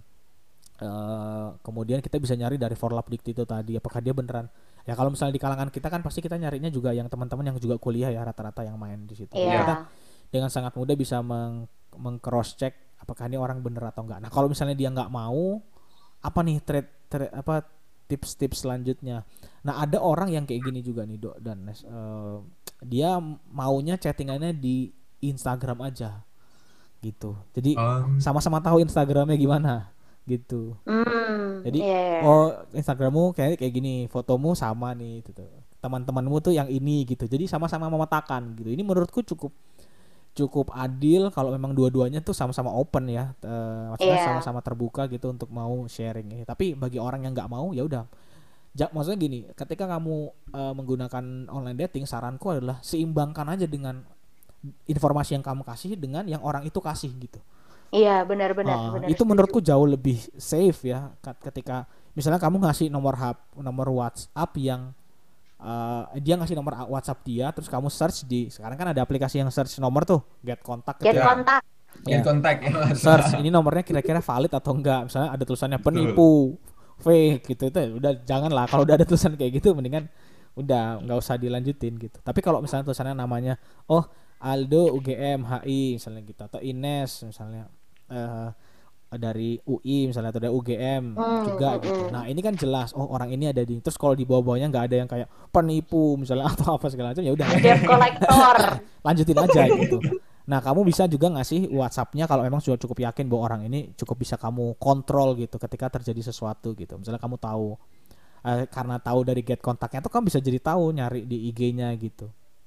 Uh, kemudian kita bisa nyari dari Forlap Dikti itu tadi apakah dia beneran. Ya kalau misalnya di kalangan kita kan pasti kita nyarinya juga yang teman-teman yang juga kuliah ya rata-rata yang main di situ. Iya. Kita dengan sangat mudah bisa meng, meng-cross check apakah ini orang bener atau enggak. Nah, kalau misalnya dia nggak mau, apa nih thread, thread apa tips-tips selanjutnya. Nah, ada orang yang kayak gini juga nih Dok dan Nes. Uh, dia maunya chattingannya di Instagram aja gitu. Jadi Um, sama-sama tahu Instagramnya gimana gitu. Hmm, Jadi iya. oh Instagrammu kayak kayak gini, fotomu sama nih gitu. Teman-temanmu tuh yang ini gitu. Jadi sama-sama memetakan gitu. Ini menurutku cukup cukup adil kalau memang dua-duanya tuh sama-sama open ya. Uh, maksudnya Iya. sama-sama terbuka gitu untuk mau sharing ini. Tapi bagi orang yang nggak mau ya udah. Ja, maksudnya gini, ketika kamu uh, menggunakan online dating, saranku adalah seimbangkan aja dengan informasi yang kamu kasih dengan yang orang itu kasih gitu. Iya, benar-benar. Uh, benar, itu setuju. menurutku jauh lebih safe ya ketika misalnya kamu ngasih nomor H P, nomor WhatsApp yang uh, dia ngasih nomor WhatsApp dia terus kamu search di sekarang kan ada aplikasi yang search nomor tuh get contact Get gitu Ya. ya. kontak. Get Ya. contact ya. Search ini nomornya kira-kira valid atau enggak, misalnya ada tulisannya penipu fake gitu itu udah jangan lah. Kalau udah ada tulisan kayak gitu mendingan udah nggak usah dilanjutin gitu. Tapi kalau misalnya tulisannya namanya oh Aldo U G M H I misalnya gitu atau Ines misalnya uh, dari U I misalnya atau dari U G M Hmm, juga hmm, gitu. hmm. Nah, ini kan jelas oh orang ini ada di. Terus kalau di bawah-bawahnya nggak ada yang kayak penipu misalnya atau apa segala macam ya udah Debt collector. lanjutin aja gitu. Nah, kamu bisa juga ngasih WhatsApp-nya kalau memang sudah cukup yakin bahwa orang ini cukup bisa kamu kontrol gitu ketika terjadi sesuatu gitu. Misalnya kamu tahu eh, karena tahu dari get kontaknya tuh kamu bisa jadi tahu nyari di I G-nya gitu.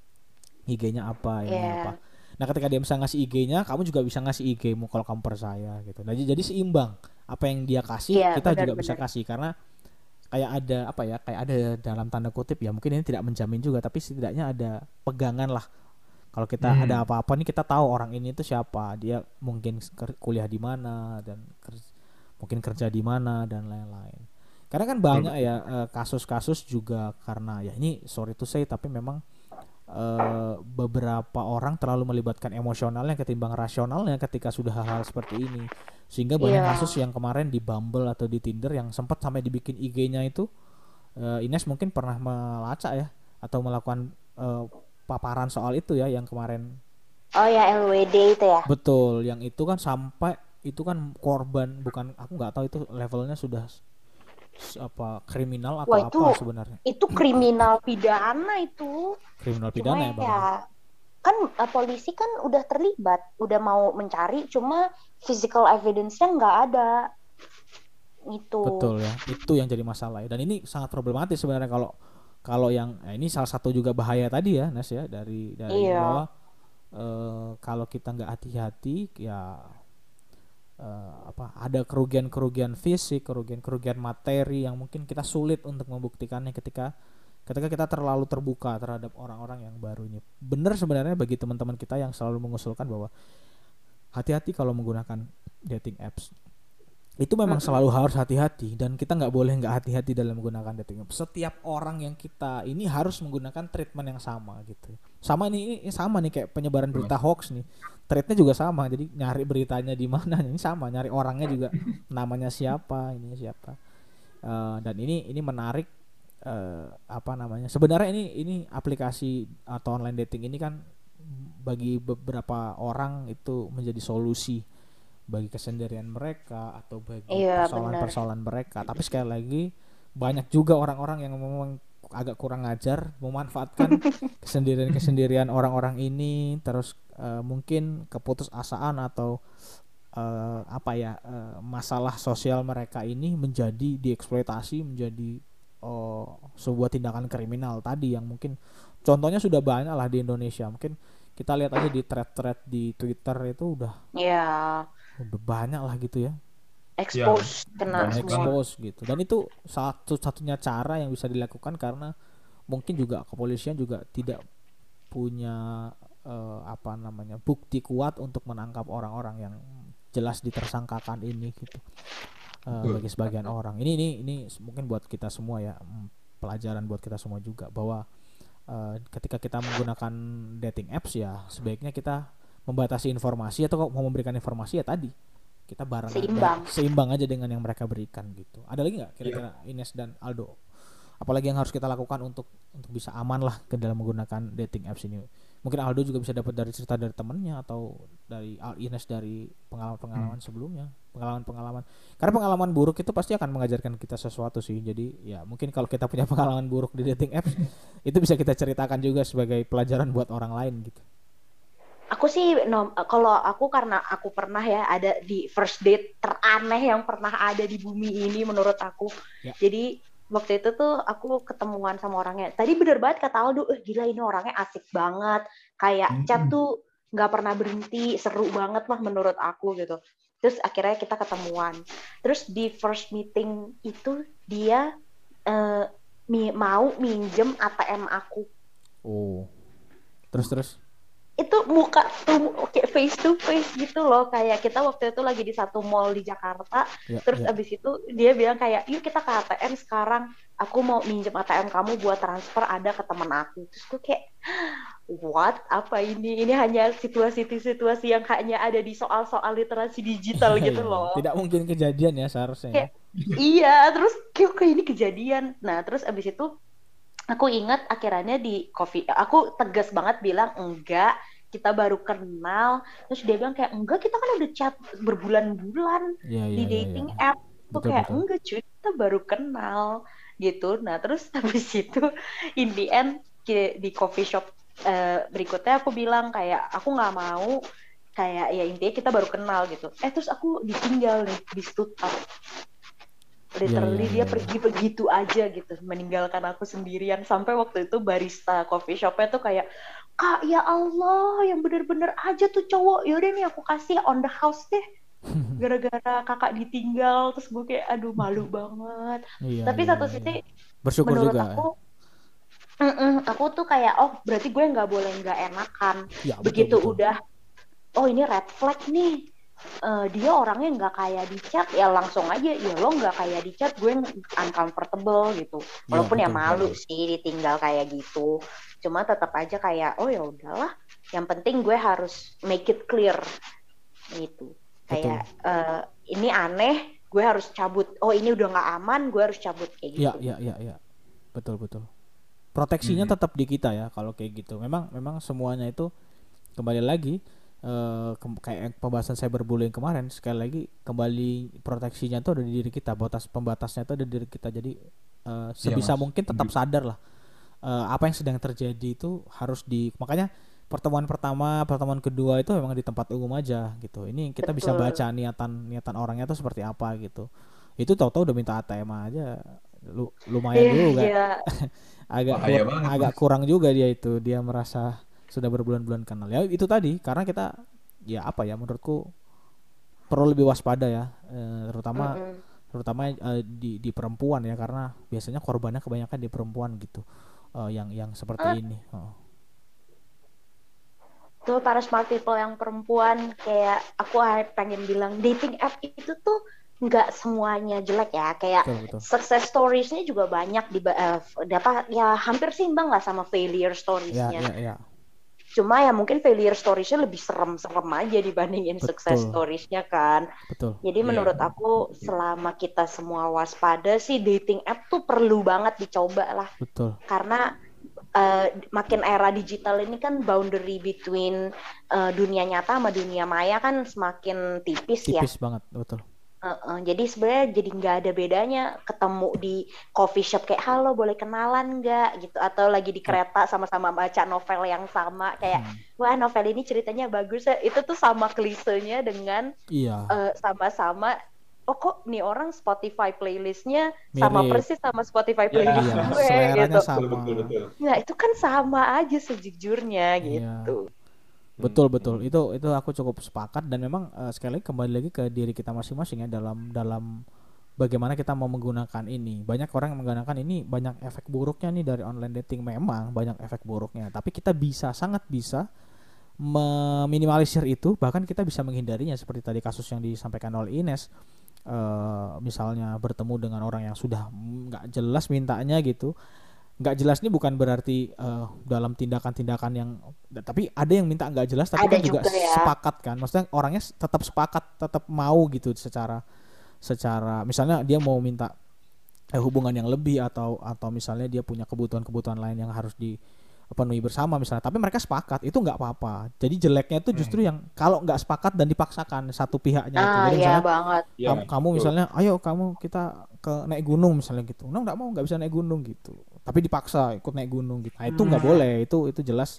I G-nya apa, ini Iya. apa. Nah, ketika dia bisa ngasih I G-nya, kamu juga bisa ngasih I G-mu kalau kamu percaya gitu. Nah, jadi seimbang. Apa yang dia kasih, Iya, kita juga benar-benar. bisa kasih karena kayak ada apa ya? Kayak ada dalam tanda kutip ya, mungkin ini tidak menjamin juga, tapi setidaknya ada pegangan lah. Kalau kita Hmm. ada apa-apa nih kita tahu orang ini itu siapa, dia mungkin ker- kuliah di mana dan ker- mungkin kerja di mana dan lain-lain. Karena kan banyak ya eh, kasus-kasus juga karena ya ini sorry to say tapi memang eh, beberapa orang terlalu melibatkan emosionalnya ketimbang rasionalnya ketika sudah hal-hal seperti ini. Sehingga banyak Iya. kasus yang kemarin di Bumble atau di Tinder yang sempat sampai dibikin I G-nya itu eh, Ines mungkin pernah melacak ya atau melakukan eh, paparan soal itu ya yang kemarin. Oh ya L W D itu ya. Betul, yang itu kan sampai itu kan korban bukan aku nggak tahu itu levelnya sudah s- apa kriminal atau Wah, itu- apa sebenarnya. Itu kriminal pidana itu. Kriminal Cuma pidana ya, Bang. ya kan eh, polisi kan udah terlibat, udah mau mencari, cuma physical evidence-nya nggak ada. Itu. Betul ya, itu yang jadi masalah ya. Dan ini sangat problematis sebenarnya kalau kalau yang nah ini salah satu juga bahaya tadi ya, Nes ya dari dari Iya. bahwa eh, kalau kita nggak hati-hati ya eh, apa ada kerugian-kerugian fisik, kerugian-kerugian materi yang mungkin kita sulit untuk membuktikannya ketika ketika kita terlalu terbuka terhadap orang-orang yang baru ini. Benar sebenarnya bagi teman-teman kita yang selalu mengusulkan bahwa hati-hati kalau menggunakan dating apps. Itu memang Mm-mm. selalu harus hati-hati dan kita nggak boleh nggak hati-hati dalam menggunakan dating apps. Setiap orang yang kita ini harus menggunakan treatment yang sama gitu. Sama nih, ini sama nih kayak penyebaran berita hoax nih. Threadnya juga sama, jadi nyari beritanya di mana ini sama, nyari orangnya juga namanya siapa, ini siapa. Uh, dan ini ini menarik uh, apa namanya? Sebenarnya ini ini aplikasi atau online dating ini kan bagi beberapa orang itu menjadi solusi bagi kesendirian mereka atau bagi Iya, persoalan-persoalan mereka. Tapi sekali lagi banyak juga orang-orang yang memang agak kurang ajar memanfaatkan kesendirian-kesendirian orang-orang ini, terus uh, mungkin keputusasaan atau uh, apa ya uh, masalah sosial mereka ini menjadi dieksploitasi menjadi uh, sebuah tindakan kriminal tadi yang mungkin contohnya sudah banyak lah di Indonesia. Mungkin kita lihat aja di thread-thread di Twitter itu udah ya udah banyak lah gitu ya. expose Ya, kena banyak semua. Expose gitu. Dan itu satu-satunya cara yang bisa dilakukan karena mungkin juga kepolisian juga tidak punya uh, apa namanya bukti kuat untuk menangkap orang-orang yang jelas ditersangkakan ini gitu. Uh, bagi sebagian orang. Ini ini ini mungkin buat kita semua ya, pelajaran buat kita semua juga bahwa uh, ketika kita menggunakan dating apps ya sebaiknya kita membatasi informasi atau mau memberikan informasi ya tadi kita bareng Seimbang. seimbang aja dengan yang mereka berikan gitu. Ada lagi nggak kira-kira yeah. Ines dan Aldo? Apalagi yang harus kita lakukan untuk untuk bisa aman lah ke dalam menggunakan dating apps ini? Mungkin Aldo juga bisa dapat dari cerita dari temannya atau dari Ines dari pengalaman-pengalaman hmm. sebelumnya, pengalaman-pengalaman. Karena pengalaman buruk itu pasti akan mengajarkan kita sesuatu sih. Jadi ya mungkin kalau kita punya pengalaman buruk di dating apps itu bisa kita ceritakan juga sebagai pelajaran buat orang lain gitu. Aku sih no, kalau aku karena aku pernah ya ada di first date teraneh yang pernah ada di bumi ini menurut aku. Ya. Jadi waktu itu tuh aku ketemuan sama orangnya. Tadi bener banget kata Aldo, eh gila ini orangnya asik banget. Kayak mm-hmm. chat tuh nggak pernah berhenti, seru banget lah menurut aku gitu. Terus akhirnya kita ketemuan. Terus di first meeting itu dia uh, mi- mau minjem A T M aku. Oh. Terus terus. Itu muka tuh kayak face to face gitu loh, kayak kita waktu itu lagi di satu mall di Jakarta, ya, terus ya. Abis itu dia bilang kayak yuk kita ke A T M sekarang, aku mau minjem A T M kamu buat transfer ada ke temen aku. Terus gue kayak what, apa ini ini hanya situasi-situasi yang hanya ada di soal-soal literasi digital gitu loh, tidak mungkin kejadian ya seharusnya kayak, iya terus kayak kayak ini kejadian. Nah terus abis itu aku ingat akhirnya di coffee, aku tegas banget bilang enggak, kita baru kenal. Terus dia bilang kayak enggak, kita kan udah chat berbulan-bulan ya, di ya, dating ya, ya. app. Aku kayak betul. Enggak cuy, kita baru kenal gitu. Nah terus habis itu in the end di coffee shop uh, berikutnya aku bilang kayak aku nggak mau, kayak ya intinya kita baru kenal gitu. Eh terus aku ditinggal nih di Stuttgart. Literally yeah, yeah, dia yeah. pergi begitu aja gitu, meninggalkan aku sendirian. Sampai waktu itu barista coffee shopnya tuh kayak, kak ya Allah yang bener-bener aja tuh cowok, yaudah nih aku kasih on the house deh gara-gara kakak ditinggal. Terus gue kayak aduh malu banget. yeah, Tapi yeah, satu sisi yeah. bersyukur menurut juga aku ya. aku tuh kayak oh berarti gue nggak boleh nggak enakan ya, begitu betul, betul. Udah oh ini red flag nih. Uh, dia orangnya nggak kayak di chat, ya langsung aja ya lo nggak kayak di chat, gue uncomfortable gitu. Walaupun ya, betul, ya malu betul. Sih ditinggal kayak gitu, cuma tetap aja kayak oh ya udahlah, yang penting gue harus make it clear gitu. Kayak uh, ini aneh, gue harus cabut. Oh ini udah nggak aman, gue harus cabut kayak gitu. Ya ya ya ya betul betul. Proteksinya hmm. tetap di kita ya kalau kayak gitu. Memang memang semuanya itu kembali lagi. Uh, ke- kayak pembahasan cyberbullying kemarin, sekali lagi kembali proteksinya tuh ada di diri kita, batas pembatasnya tuh ada di diri kita. Jadi uh, sebisa ya, mungkin tetap sadar lah uh, apa yang sedang terjadi itu harus di, makanya pertemuan pertama, pertemuan kedua itu memang di tempat umum aja gitu. Ini kita Betul. Bisa baca niatan niatan orangnya tuh seperti apa gitu. Itu tahu-tahu udah minta A T M aja, lu lumayan yeah, juga yeah. agak kur- agak kurang juga dia itu, dia merasa sudah berbulan-bulan kenal ya itu tadi, karena kita ya apa ya menurutku perlu lebih waspada ya, e, terutama mm-hmm. terutama e, di di perempuan ya, karena biasanya korbannya kebanyakan di perempuan gitu, e, yang yang seperti uh. ini. Oh. Tuh para smart people yang perempuan, kayak aku pengen bilang dating app itu tuh nggak semuanya jelek ya, kayak betul, betul. Success stories-nya juga banyak di uh, dapat ya hampir seimbang lah sama failure stories-nya. Ya, ya, ya. Cuma ya mungkin failure stories-nya lebih serem-serem aja dibandingin Betul. success stories-nya kan. Betul. Jadi Iya. menurut aku selama kita semua waspada sih dating app tuh perlu banget dicoba lah. Betul. Karena uh, makin era digital ini kan boundary between uh, dunia nyata sama dunia maya kan semakin tipis, ya. Tipis banget, betul. Uh, uh, jadi sebenarnya jadi nggak ada bedanya ketemu di coffee shop kayak halo boleh kenalan nggak gitu, atau lagi di kereta sama-sama baca novel yang sama kayak Hmm. wah novel ini ceritanya bagus ya, itu tuh sama klisenya dengan Iya, uh, sama-sama oh kok nih orang Spotify playlistnya sama mirip. persis sama Spotify Ya, playlist Iya, gue seleranya gitu. betul, sama. betul, betul. Nah itu kan sama aja sejujurnya Iya. gitu. Betul betul. Itu itu aku cukup sepakat, dan memang eh, sekali lagi kembali lagi ke diri kita masing-masing ya dalam dalam bagaimana kita mau menggunakan ini. Banyak orang yang menggunakan ini, banyak efek buruknya nih dari online dating, memang banyak efek buruknya. Tapi kita bisa, sangat bisa meminimalisir itu, bahkan kita bisa menghindarinya seperti tadi kasus yang disampaikan oleh Ines. Eh, misalnya bertemu dengan orang yang sudah nggak jelas mintanya gitu. Nggak jelas ini bukan berarti eh, dalam tindakan-tindakan yang, tapi ada yang minta nggak jelas tapi Ada kan juga, juga ya. sepakat kan, maksudnya orangnya tetap sepakat, tetap mau gitu secara secara misalnya dia mau minta eh, hubungan yang lebih, atau atau misalnya dia punya kebutuhan-kebutuhan lain yang harus dipenuhi bersama misalnya, tapi mereka sepakat, itu nggak apa-apa. Jadi jeleknya itu justru yang kalau nggak sepakat dan dipaksakan satu pihaknya itu. Ah Jadi iya misalnya banget. Iya, kamu, kamu betul. misalnya ayo kamu kita ke naik gunung misalnya gitu, no nggak mau, nggak bisa naik gunung gitu, tapi dipaksa ikut naik gunung gitu. Nah itu nggak Hmm. boleh, itu itu jelas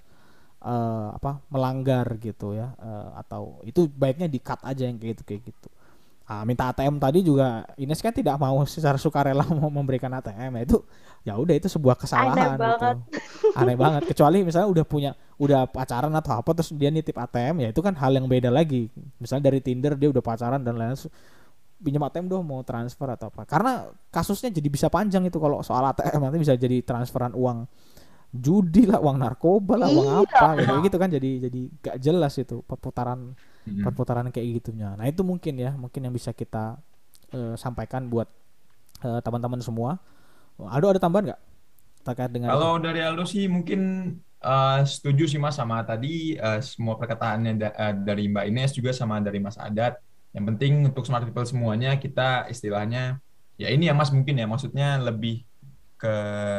eh, apa melanggar gitu ya. Eh, atau itu baiknya di cut aja yang kayak gitu kayak gitu. Ah, minta A T M tadi juga Ines kan tidak mau secara sukarela mau memberikan A T M, ya itu ya udah itu sebuah kesalahan Aneh banget. gitu. Aneh banget. Kecuali misalnya udah punya udah pacaran atau apa terus dia nitip A T M, ya itu kan hal yang beda lagi. Misalnya dari Tinder dia udah pacaran dan lain-lain, pinjam A T M dong mau transfer atau apa. Karena kasusnya jadi bisa panjang itu kalau soal A T M, nanti bisa jadi transferan uang judi lah, uang narkoba lah, uang Iya. apa gitu, gitu kan, jadi jadi gak jelas itu perputaran Mhm. perputaran kayak gitunya. Nah itu mungkin ya, mungkin yang bisa kita eh, sampaikan buat eh, teman-teman semua. Aldo ada tambahan nggak terkait dengan itu? Kalau dari Aldo sih mungkin eh, setuju sih Mas sama tadi eh, semua perkataannya da- eh, dari Mbak Ines juga sama dari Mas Adat. Yang penting untuk smart people semuanya kita istilahnya ya ini ya Mas, mungkin ya maksudnya lebih ke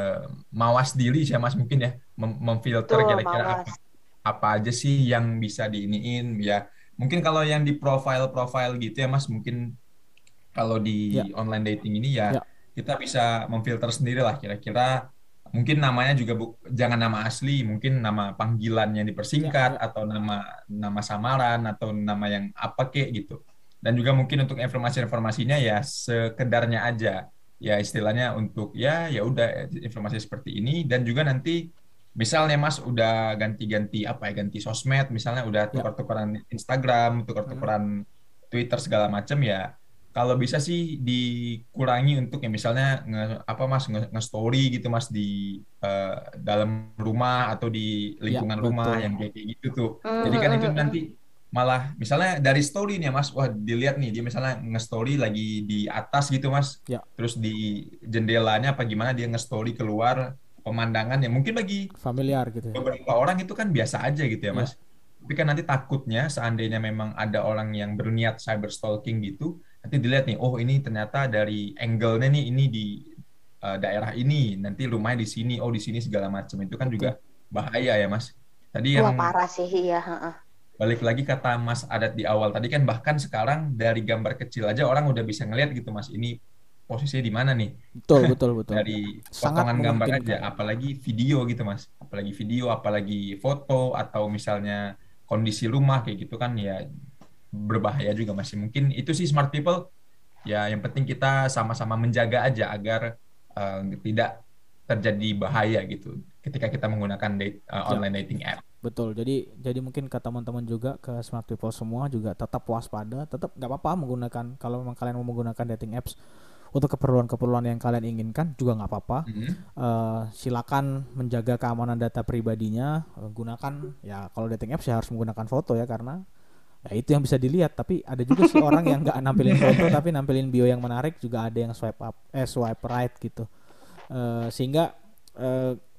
mawas diri sih ya Mas, mungkin ya Mem- memfilter Betul, kira-kira apa mawas. apa aja sih yang bisa diiniin ya. Mungkin kalau yang di profile-profile gitu ya Mas, mungkin kalau Ya, di online dating ini ya ya, kita bisa memfilter sendiri lah kira-kira, mungkin namanya juga bu- jangan nama asli, mungkin nama panggilan yang ya, dipersingkat ya. atau nama nama samaran atau nama yang apa kek gitu. Dan juga mungkin untuk informasi-informasinya ya sekedarnya aja. Ya istilahnya untuk ya ya udah informasi seperti ini, dan juga nanti misalnya Mas udah ganti-ganti apa ya, ganti sosmed misalnya udah Ya. tukar-tukaran Instagram, Hmm. tukar-tukaran Twitter segala macam ya. Kalau bisa sih dikurangi untuk ya misalnya nge, apa Mas nge, nge-story gitu Mas di eh, dalam rumah atau di Ya, lingkungan rumah betul. yang kayak kayak gitu tuh. Hmm, Jadi kan hmm, itu hmm, hmm. nanti malah misalnya dari story nih ya Mas, wah dilihat nih dia misalnya nge-story lagi di atas gitu Mas. Ya, Terus di jendelanya apa gimana dia nge-story keluar pemandangan yang mungkin bagi familiar gitu ya. beberapa orang itu kan biasa aja gitu ya Ya, Mas. Tapi kan nanti takutnya seandainya memang ada orang yang berniat cyber stalking gitu, nanti dilihat nih, oh ini ternyata dari angle-nya nih ini di uh, daerah ini, nanti rumahnya di sini, oh di sini segala macam. Itu kan betul. juga bahaya ya Mas. Tadi Wah yang parah sih iya. heeh. balik lagi kata Mas Adat di awal tadi kan, bahkan sekarang dari gambar kecil aja orang udah bisa ngeliat gitu Mas, ini posisinya di mana nih. Betul, betul, betul. Dari Sangat potongan gambar aja, memungkinkan. apalagi video gitu Mas, apalagi video, apalagi foto atau misalnya kondisi rumah kayak gitu kan ya berbahaya juga masih. Mungkin itu sih smart people ya, yang penting kita sama-sama menjaga aja agar eh, tidak terjadi bahaya gitu ketika kita menggunakan date, eh, Ya, online dating app. betul. Jadi jadi mungkin ke teman-teman juga, ke smart people semua juga tetap waspada, tetap nggak apa-apa menggunakan, kalau memang kalian mau menggunakan dating apps untuk keperluan-keperluan yang kalian inginkan juga nggak apa-apa. Mhm. Eh, silakan menjaga keamanan data pribadinya. Eh, gunakan ya, kalau dating apps ya harus menggunakan foto ya, karena ya itu yang bisa dilihat. Tapi ada juga sih orang yang nggak nampilin foto tapi nampilin bio yang menarik, juga ada yang swipe up eh swipe right gitu. Eh, sehingga eh,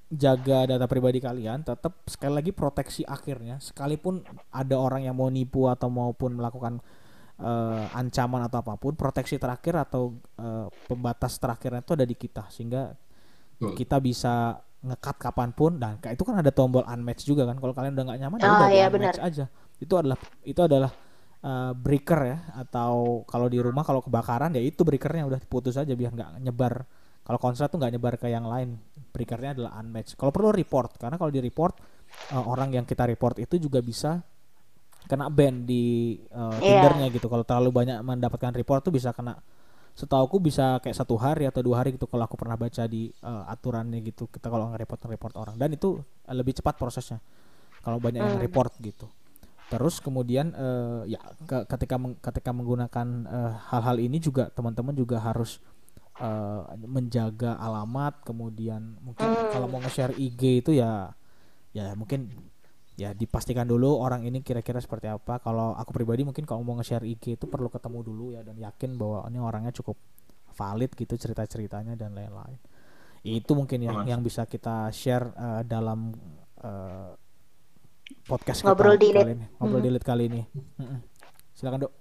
jaga data pribadi kalian, tetap sekali lagi proteksi akhirnya. Sekalipun ada orang yang mau nipu atau maupun melakukan uh, ancaman atau apapun, proteksi terakhir atau uh, pembatas terakhirnya itu ada di kita, sehingga Betul. kita bisa nge-cut kapanpun. Dan itu kan ada tombol unmatch juga kan. Kalau kalian udah nggak nyaman, ya Oh udah iya di unmatch benar. aja. Itu adalah itu adalah uh, breaker ya, atau kalau di rumah kalau kebakaran ya itu breakernya udah diputus aja biar nggak nyebar. Kalau konslet tuh nggak nyebar ke yang lain. Breakernya adalah unmatch. Kalau perlu report, karena kalau di report uh, orang yang kita report itu juga bisa kena ban di uh, Iya. Tindernya gitu. Kalau terlalu banyak mendapatkan report tuh bisa kena, setahu aku bisa kayak satu hari atau dua hari gitu kalau aku pernah baca di uh, aturannya gitu. Kita kalau nge-report nge-report orang, dan itu uh, lebih cepat prosesnya kalau banyak yang Hmm. report gitu. Terus kemudian uh, ya ke- ketika meng- ketika menggunakan uh, hal-hal ini juga teman-teman juga harus uh, menjaga alamat. Kemudian mungkin kalau mau Hmm. nge-share I G itu ya ya mungkin ya dipastikan dulu orang ini kira-kira seperti apa. Kalau aku pribadi mungkin kalau mau nge-share I G itu perlu ketemu dulu ya, dan yakin bahwa ini orangnya cukup valid gitu cerita-ceritanya dan lain-lain. Itu mungkin ya Mas. yang bisa kita share uh, dalam uh, podcast Ngobrol kita di lit. kali ini, ngobrol Hmm. delete kali ini. Mm-mm. Silakan Dok.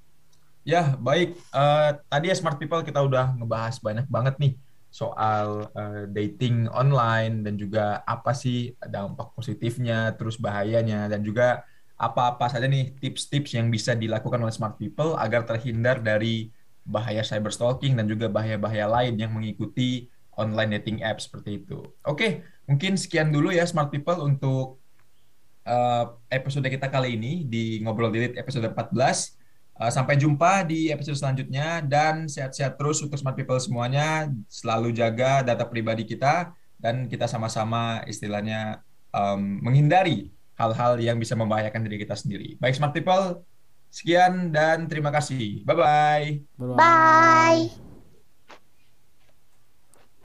Ya, baik. Eh, tadi ya Smart People kita udah ngebahas banyak banget nih soal eh, dating online dan juga apa sih dampak positifnya, terus bahayanya, dan juga apa-apa saja nih tips-tips yang bisa dilakukan oleh Smart People agar terhindar dari bahaya cyberstalking dan juga bahaya-bahaya lain yang mengikuti online dating app seperti itu. Oke, mungkin sekian dulu ya Smart People untuk eh, episode kita kali ini di Ngobrol Delete episode empat belas. Eh, sampai jumpa di episode selanjutnya dan sehat-sehat terus untuk smart people semuanya. Selalu jaga data pribadi kita dan kita sama-sama istilahnya em, menghindari hal-hal yang bisa membahayakan diri kita sendiri. Baik smart people, sekian dan terima kasih. Bye-bye. Bye bye. Bye.